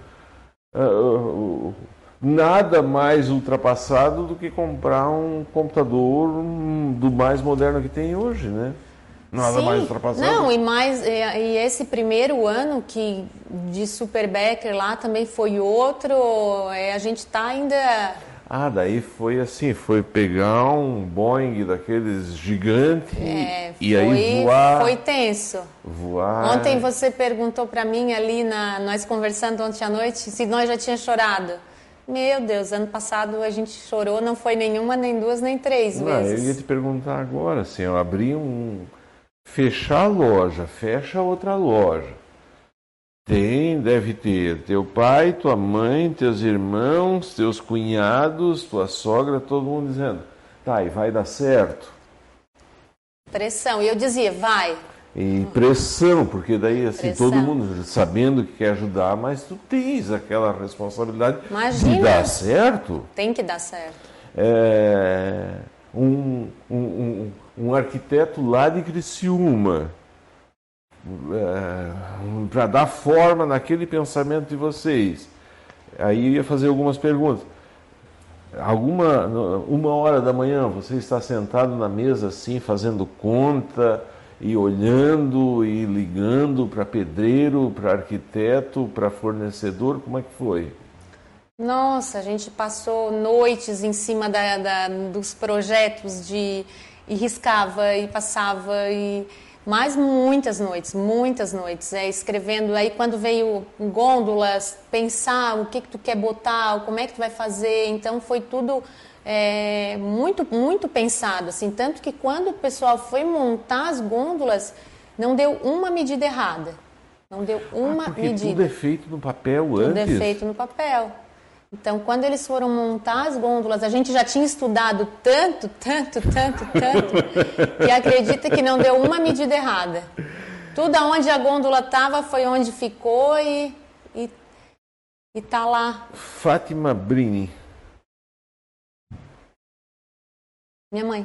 uh, uh, nada mais ultrapassado do que comprar um computador um, do mais moderno que tem hoje, né? Nada
Sim.
mais ultrapassado.
Não, e, mais, e, e esse primeiro ano que de Super Becker lá também foi outro, é, a gente está ainda...
Ah, daí foi assim, foi pegar um Boeing daqueles gigantes
É,
e
foi,
aí voar.
foi tenso.
Voar.
Ontem você perguntou para mim ali, na, nós conversando ontem à noite, se nós já tínhamos chorado. Meu Deus, ano passado a gente chorou, não foi nenhuma, nem duas, nem três
Não,
vezes.
eu ia te perguntar agora, assim, eu abri um... Fechar a loja, fecha outra loja. Tem, deve ter teu pai, tua mãe, teus irmãos, teus cunhados, tua sogra, todo mundo dizendo, tá, e vai dar certo.
Pressão. E eu dizia, vai.
E pressão, porque daí assim,
Pressão.
todo mundo sabendo que quer ajudar, mas tu tens aquela responsabilidade
Imagina.
de dar certo.
Tem que dar certo.
É, um, um, um, um arquiteto lá de Criciúma, é, para dar forma naquele pensamento de vocês. Aí eu ia fazer algumas perguntas. Alguma, uma hora da manhã você está sentado na mesa assim, fazendo conta e olhando e ligando para pedreiro, para arquiteto, para fornecedor, como é que foi?
Nossa, a gente passou noites em cima da, da, dos projetos de e riscava e passava e mais muitas noites, muitas noites, é, escrevendo. Aí quando veio gôndolas, pensar o que que tu quer botar, como é que tu vai fazer. Então foi tudo é, muito, muito pensado, assim, tanto que quando o pessoal foi montar as gôndolas, não deu uma medida errada, não deu uma
ah, porque
medida.
Tudo é feito no papel
tudo
antes.
Tudo é feito no papel. Então, quando eles foram montar as gôndolas, a gente já tinha estudado tanto, tanto, tanto, tanto, que acredita que não deu uma medida errada. Tudo aonde a gôndola estava foi onde ficou e e, e tá lá.
Fátima Brini.
Minha mãe.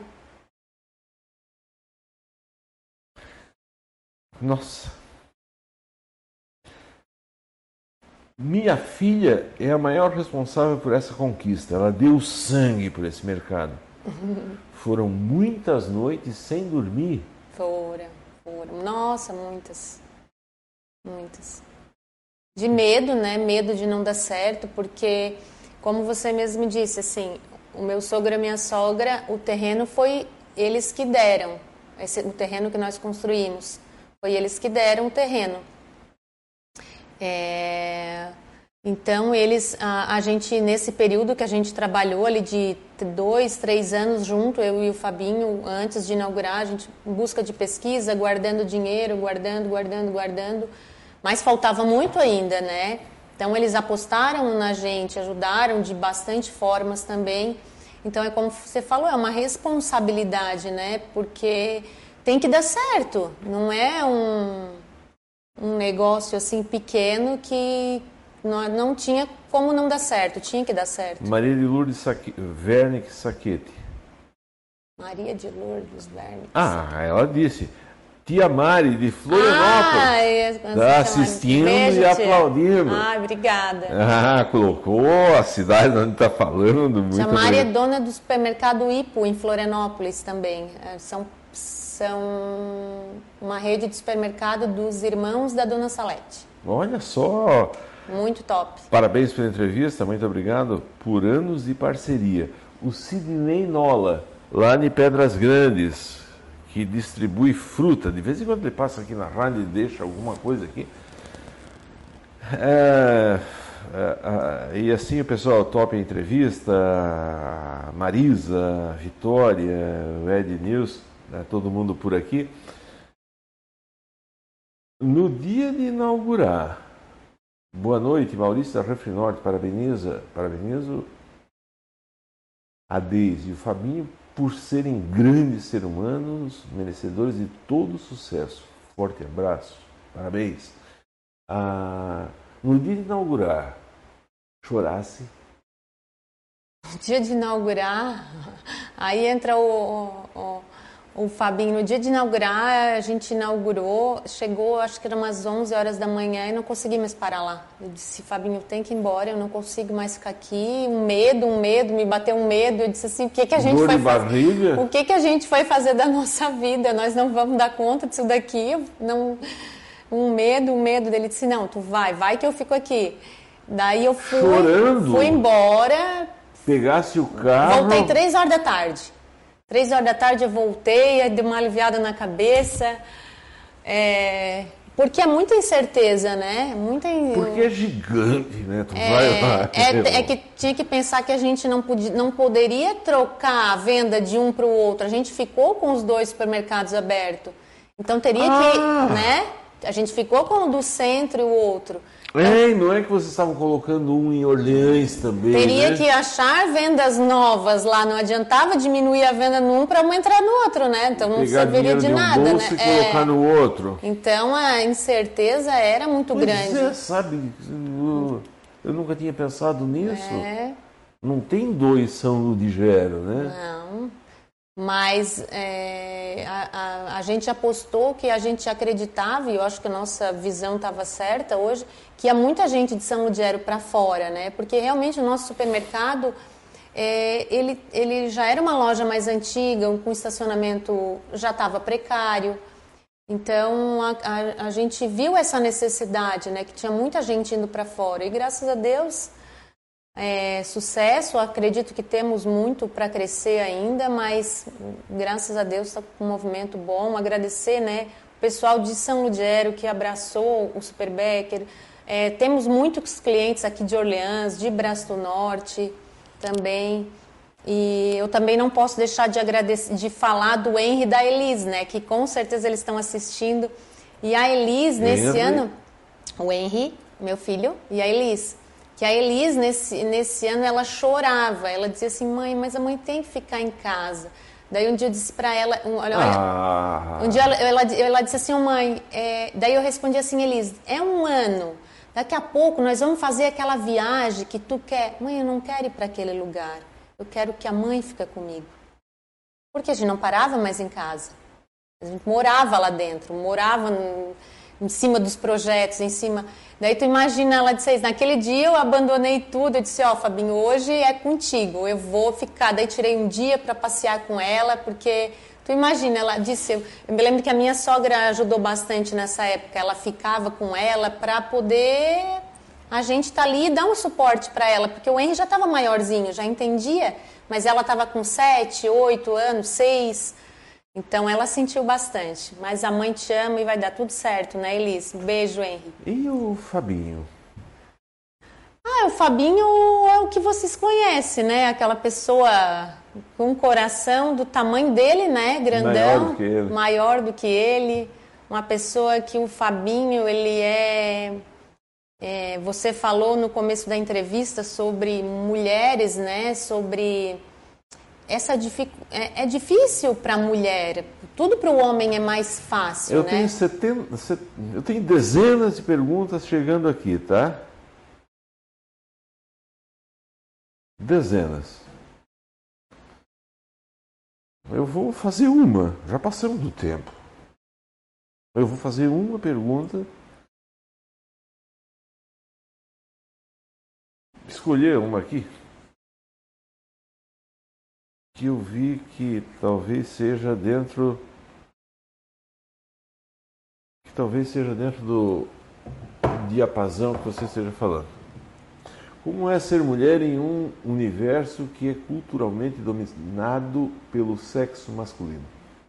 Nossa. Minha filha é a maior responsável por essa conquista. Ela deu sangue por esse mercado. Foram muitas noites sem dormir.
Foram, foram. Nossa, muitas. Muitas. De medo, né? Medo de não dar certo, porque, como você mesmo disse, assim, o meu sogro e a minha sogra, o terreno foi eles que deram. Esse, o terreno que nós construímos. Foi eles que deram o terreno. É, então eles, a, a gente nesse período que a gente trabalhou ali de dois, três anos junto, eu e o Fabinho, antes de inaugurar, a gente em busca de pesquisa, guardando dinheiro, guardando, guardando, guardando, mas faltava muito ainda, né? Então eles apostaram na gente, ajudaram de bastante formas também. Então é como você falou, é uma responsabilidade, né? Porque tem que dar certo, não é um um negócio assim pequeno que não, não tinha como não dar certo, tinha que dar certo.
Maria de Lourdes Saque... Wernick Saquete.
Maria de Lourdes Wernick.
Ah, ela disse. Tia Mari de Florianópolis.
Ah,
está assistindo
Beijo,
e
tia.
aplaudindo.
Ah, obrigada.
Ah, colocou a cidade onde está falando. Muito
Tia Mari é
obrigado.
dona do supermercado Ipo em Florianópolis também. São São uma rede de supermercado dos irmãos da Dona Salete.
Olha só.
Muito top.
Parabéns pela entrevista, muito obrigado por anos de parceria. O Sidney Nola, lá em Pedras Grandes, que distribui fruta. De vez em quando ele passa aqui na rádio e deixa alguma coisa aqui. É, é, é, e assim o pessoal topa a entrevista, a Marisa, a Vitória, o Ed News, né, todo mundo por aqui. No dia de inaugurar, boa noite, Maurício da Refrinorte, parabeniza, parabenizo a Deise e o Fabinho por serem grandes seres humanos, merecedores de todo sucesso. Forte abraço, parabéns. Ah, no dia de inaugurar, chorasse?
No dia de inaugurar, aí entra o, o, o Fabinho. No dia de inaugurar, a gente inaugurou, chegou, acho que eram umas onze horas da manhã e não consegui mais parar lá. Eu disse, Fabinho, tem que ir embora, eu não consigo mais ficar aqui. Um medo, um medo, me bateu um medo. Eu disse assim, o que, que a gente
Dor
foi
de
fazer?
barriga?
O que, que a gente foi fazer da nossa vida? Nós não vamos dar conta disso daqui. Não... Um medo, um medo dele. Disse, não, tu vai, vai que eu fico aqui. Daí eu fui,
Chorando?
fui embora,
pegasse o carro...
Voltei três horas da tarde. Três horas da tarde eu voltei, dei uma aliviada na cabeça. É... Porque é muita incerteza, né? Muita...
Porque é gigante, né? Tu
é,
vai lá.
É, é que tinha que pensar que a gente não, podia, não poderia trocar a venda de um para o outro. A gente ficou com os dois supermercados abertos. Então teria
ah.
que, né? A gente ficou com o do centro e o outro.
É, não é que vocês estavam colocando um em Orleans também,
Teria
né?
que achar vendas novas lá, não adiantava diminuir a venda num para entrar no outro, né? Então não
Pegar
serviria de,
de um
nada,
bolso
né?
E colocar é... no outro.
Então a incerteza era muito
pois
grande.
É, sabe, eu, eu nunca tinha pensado nisso.
É.
Não tem dois São Ludigero, né?
Não. Mas é, a, a, a gente apostou que a gente acreditava, e eu acho que a nossa visão estava certa hoje, que ia muita gente de São Ludgero para fora, né? Porque realmente o nosso supermercado, é, ele, ele já era uma loja mais antiga, com estacionamento já estava precário. Então a, a, a gente viu essa necessidade, né? Que tinha muita gente indo para fora. E graças a Deus... É, sucesso, acredito que temos muito para crescer ainda, mas graças a Deus está com um movimento bom. Agradecer, né, o pessoal de São Ludgero que abraçou o Super Becker. É, temos muitos clientes aqui de Orleans, de Braço do Norte também. E eu também não posso deixar de agradecer, de falar do Henry e da Elis, né, que com certeza eles estão assistindo. E a Elis, nesse
Henry.
ano, o Henry, meu filho, e a Elis. Que a Elis, nesse, nesse ano, ela chorava. Ela dizia assim, mãe, mas a mãe tem que ficar em casa. Daí um dia eu disse para ela, um, olha, olha
ah.
um dia ela, ela, ela disse assim, oh, mãe, é... daí eu respondi assim, Elis, é um ano. Daqui a pouco nós vamos fazer aquela viagem que tu quer. Mãe, eu não quero ir para aquele lugar. Eu quero que a mãe fique comigo. Porque a gente não parava mais em casa. A gente morava lá dentro, morava no... em cima dos projetos, em cima... Daí tu imagina, ela disse, naquele dia eu abandonei tudo, eu disse, ó, oh, Fabinho, hoje é contigo, eu vou ficar. Daí tirei um dia para passear com ela, porque tu imagina, ela disse, eu, eu me lembro que a minha sogra ajudou bastante nessa época, ela ficava com ela para poder a gente estar tá ali e dar um suporte para ela, porque o Henry já estava maiorzinho, já entendia, mas ela estava com sete, oito anos, seis... Então, ela sentiu bastante. Mas a mãe te ama e vai dar tudo certo, né, Elis? Beijo, Henry.
E o Fabinho?
Ah, o Fabinho é o que vocês conhecem, né? Aquela pessoa com um coração do tamanho dele, né? Grandão.
Maior do que ele.
Maior do que ele. Uma pessoa que o Fabinho, ele é... é você falou no começo da entrevista sobre mulheres, né? Sobre... Essa dific... é, é difícil para a mulher, tudo para o homem é mais fácil,
eu
né?
Tenho setenta, set... Eu tenho dezenas de perguntas chegando aqui, tá? Dezenas. Eu vou fazer uma, já passamos do tempo. Eu vou fazer uma pergunta. Escolher uma aqui. Que eu vi que talvez seja dentro que talvez seja dentro do diapasão que você esteja falando. Como é ser mulher em um universo que é culturalmente dominado pelo sexo masculino?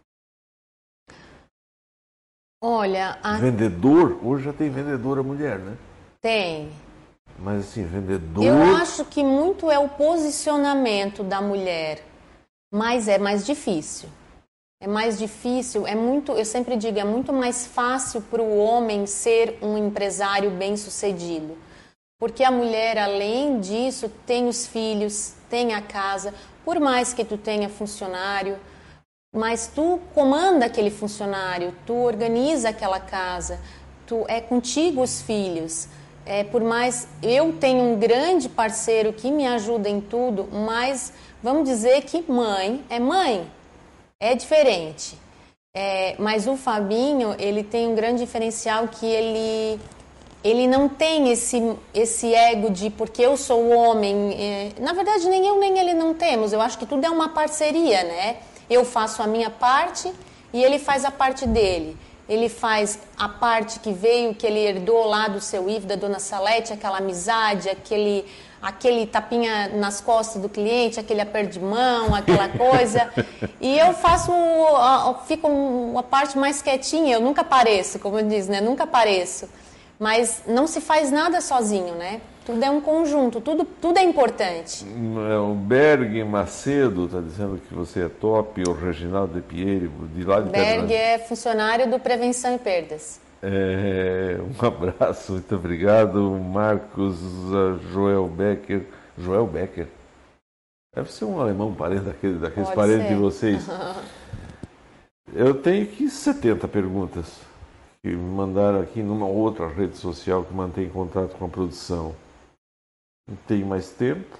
Olha, a...
vendedor, hoje já tem vendedora mulher, né?
Tem.
Mas assim, vendedor...
Eu acho que muito é o posicionamento da mulher. Mas é mais difícil. É mais difícil, é muito, eu sempre digo, é muito mais fácil para o homem ser um empresário bem-sucedido. Porque a mulher, além disso, tem os filhos, tem a casa. Por mais que tu tenha funcionário, mas tu comanda aquele funcionário, tu organiza aquela casa, tu é contigo os filhos. É, por mais eu tenho um grande parceiro que me ajuda em tudo, mas vamos dizer que mãe é mãe, é diferente. É, mas o Fabinho, ele tem um grande diferencial que ele, ele não tem esse, esse ego de porque eu sou o homem. É, na verdade, nem eu nem ele não temos. Eu acho que tudo é uma parceria, né? Eu faço a minha parte e ele faz a parte dele. ele faz a parte que veio, que ele herdou lá do seu Ivo, da Dona Salete, aquela amizade, aquele, aquele tapinha nas costas do cliente, aquele aperto de mão, aquela coisa. E eu faço, fico a parte mais quietinha, eu nunca apareço, como eu disse, né? Nunca apareço. Mas não se faz nada sozinho, né? Tudo é um conjunto, tudo, tudo é importante.
O Berg Macedo está dizendo que você é top, o Reginaldo de Pieri, de lá de
Berg é funcionário do Prevenção e Perdas.
É, um abraço, muito obrigado. Marcos Joel Becker. Joel Becker? Deve ser um alemão parente daquele, daqueles
Pode
parentes
ser.
de vocês. Eu tenho aqui setenta perguntas que me mandaram aqui numa outra rede social que mantém contato com a produção. Não tenho mais tempo.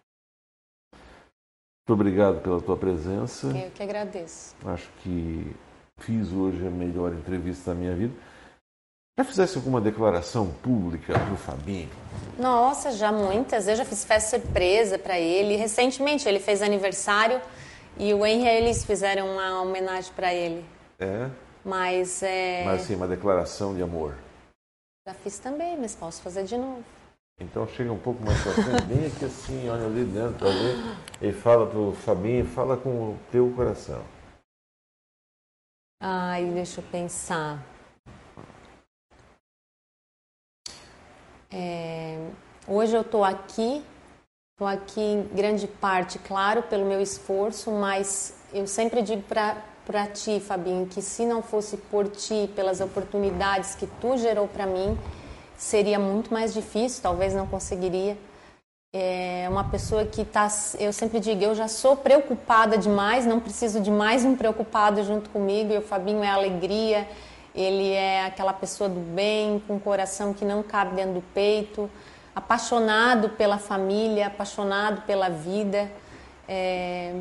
Muito obrigado pela tua presença.
Eu que agradeço.
Acho que fiz hoje a melhor entrevista da minha vida. Já fizesse alguma declaração pública para o Fabinho?
Nossa, já muitas. Eu já fiz festa surpresa para ele. Recentemente ele fez aniversário e o Henry e eles fizeram uma homenagem para ele.
É?
Mas é...
Mas sim, uma declaração de amor.
Já fiz também, mas posso fazer de novo.
Então chega um pouco mais pra frente, bem aqui assim, olha ali dentro, ali, e fala pro Fabinho, fala com o teu coração.
Ai, deixa eu pensar. É, hoje eu estou aqui, estou aqui em grande parte, claro, pelo meu esforço, mas eu sempre digo para para ti, Fabinho, que se não fosse por ti, pelas oportunidades que tu gerou para mim, seria muito mais difícil, talvez não conseguiria. É uma pessoa que está, eu sempre digo, eu já sou preocupada demais, não preciso de mais um preocupado junto comigo, e o Fabinho é alegria, ele é aquela pessoa do bem, com um coração que não cabe dentro do peito, apaixonado pela família, apaixonado pela vida. É...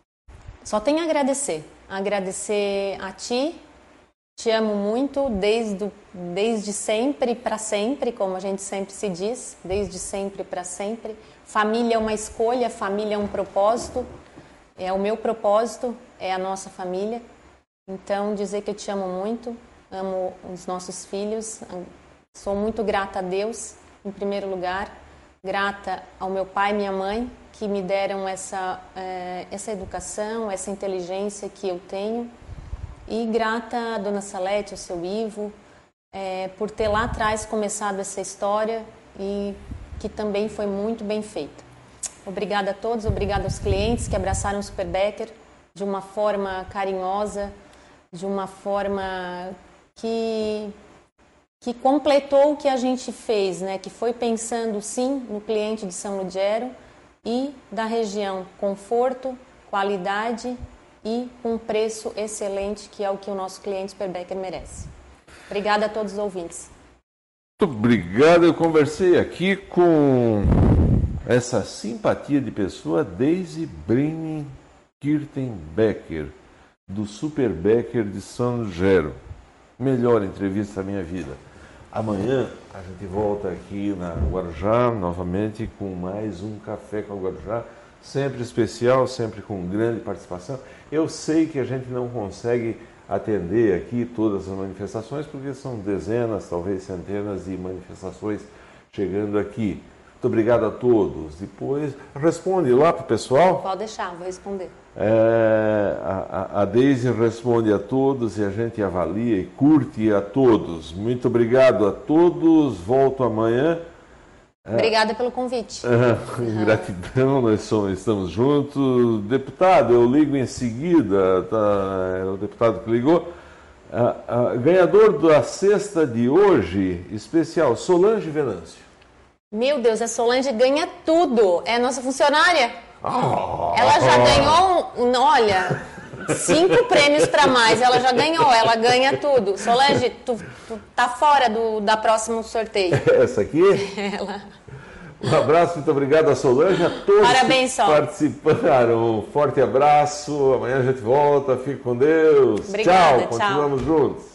Só tenho a agradecer, agradecer a ti. Te amo muito, desde, desde sempre para sempre, como a gente sempre se diz, desde sempre para sempre. Família é uma escolha, família é um propósito, é o meu propósito, é a nossa família. Então, dizer que eu te amo muito, amo os nossos filhos, sou muito grata a Deus, em primeiro lugar, grata ao meu pai e minha mãe, que me deram essa, essa educação, essa inteligência que eu tenho. E grata a Dona Salete, ao seu Ivo, é, por ter lá atrás começado essa história e que também foi muito bem feita. Obrigada a todos, obrigada aos clientes que abraçaram o Super Becker de uma forma carinhosa, de uma forma que, que completou o que a gente fez, né? Que foi pensando sim no cliente de São Ludgero e da região, conforto, qualidade e um preço excelente, que é o que o nosso cliente Super Becker merece. Obrigada a todos os ouvintes.
Muito obrigado. Eu conversei aqui com essa simpatia de pessoa, Daisy Brenin Kirtenbecker, do Super Becker de São Ludgero. Melhor entrevista da minha vida. Amanhã a gente volta aqui na Guarujá, novamente, com mais um Café com a Guarujá. Sempre especial, sempre com grande participação. Eu sei que a gente não consegue atender aqui todas as manifestações, porque são dezenas, talvez centenas de manifestações chegando aqui. Muito obrigado a todos. Depois, responde lá para o pessoal.
Pode deixar, vou responder.
É, a, a Deise responde a todos e a gente avalia e curte a todos. Muito obrigado a todos. Volto amanhã.
Obrigada pelo convite.
É, gratidão, nós somos, estamos juntos. Deputado, eu ligo em seguida, tá, é o deputado que ligou. Ah, ah, ganhador da cesta de hoje, especial, Solange Venâncio.
Meu Deus, a Solange ganha tudo. É a nossa funcionária.
Oh,
ela já ganhou, um, olha, cinco prêmios para mais. Ela já ganhou, ela ganha tudo. Solange, tu, tu tá fora do da próximo sorteio.
Essa aqui?
Ela.
Um abraço, muito obrigado a Solange, a todos
Parabéns,
que
Sol.
participaram. Um forte abraço, amanhã a gente volta, fique com Deus.
Obrigada,
tchau,
tchau.
continuamos juntos.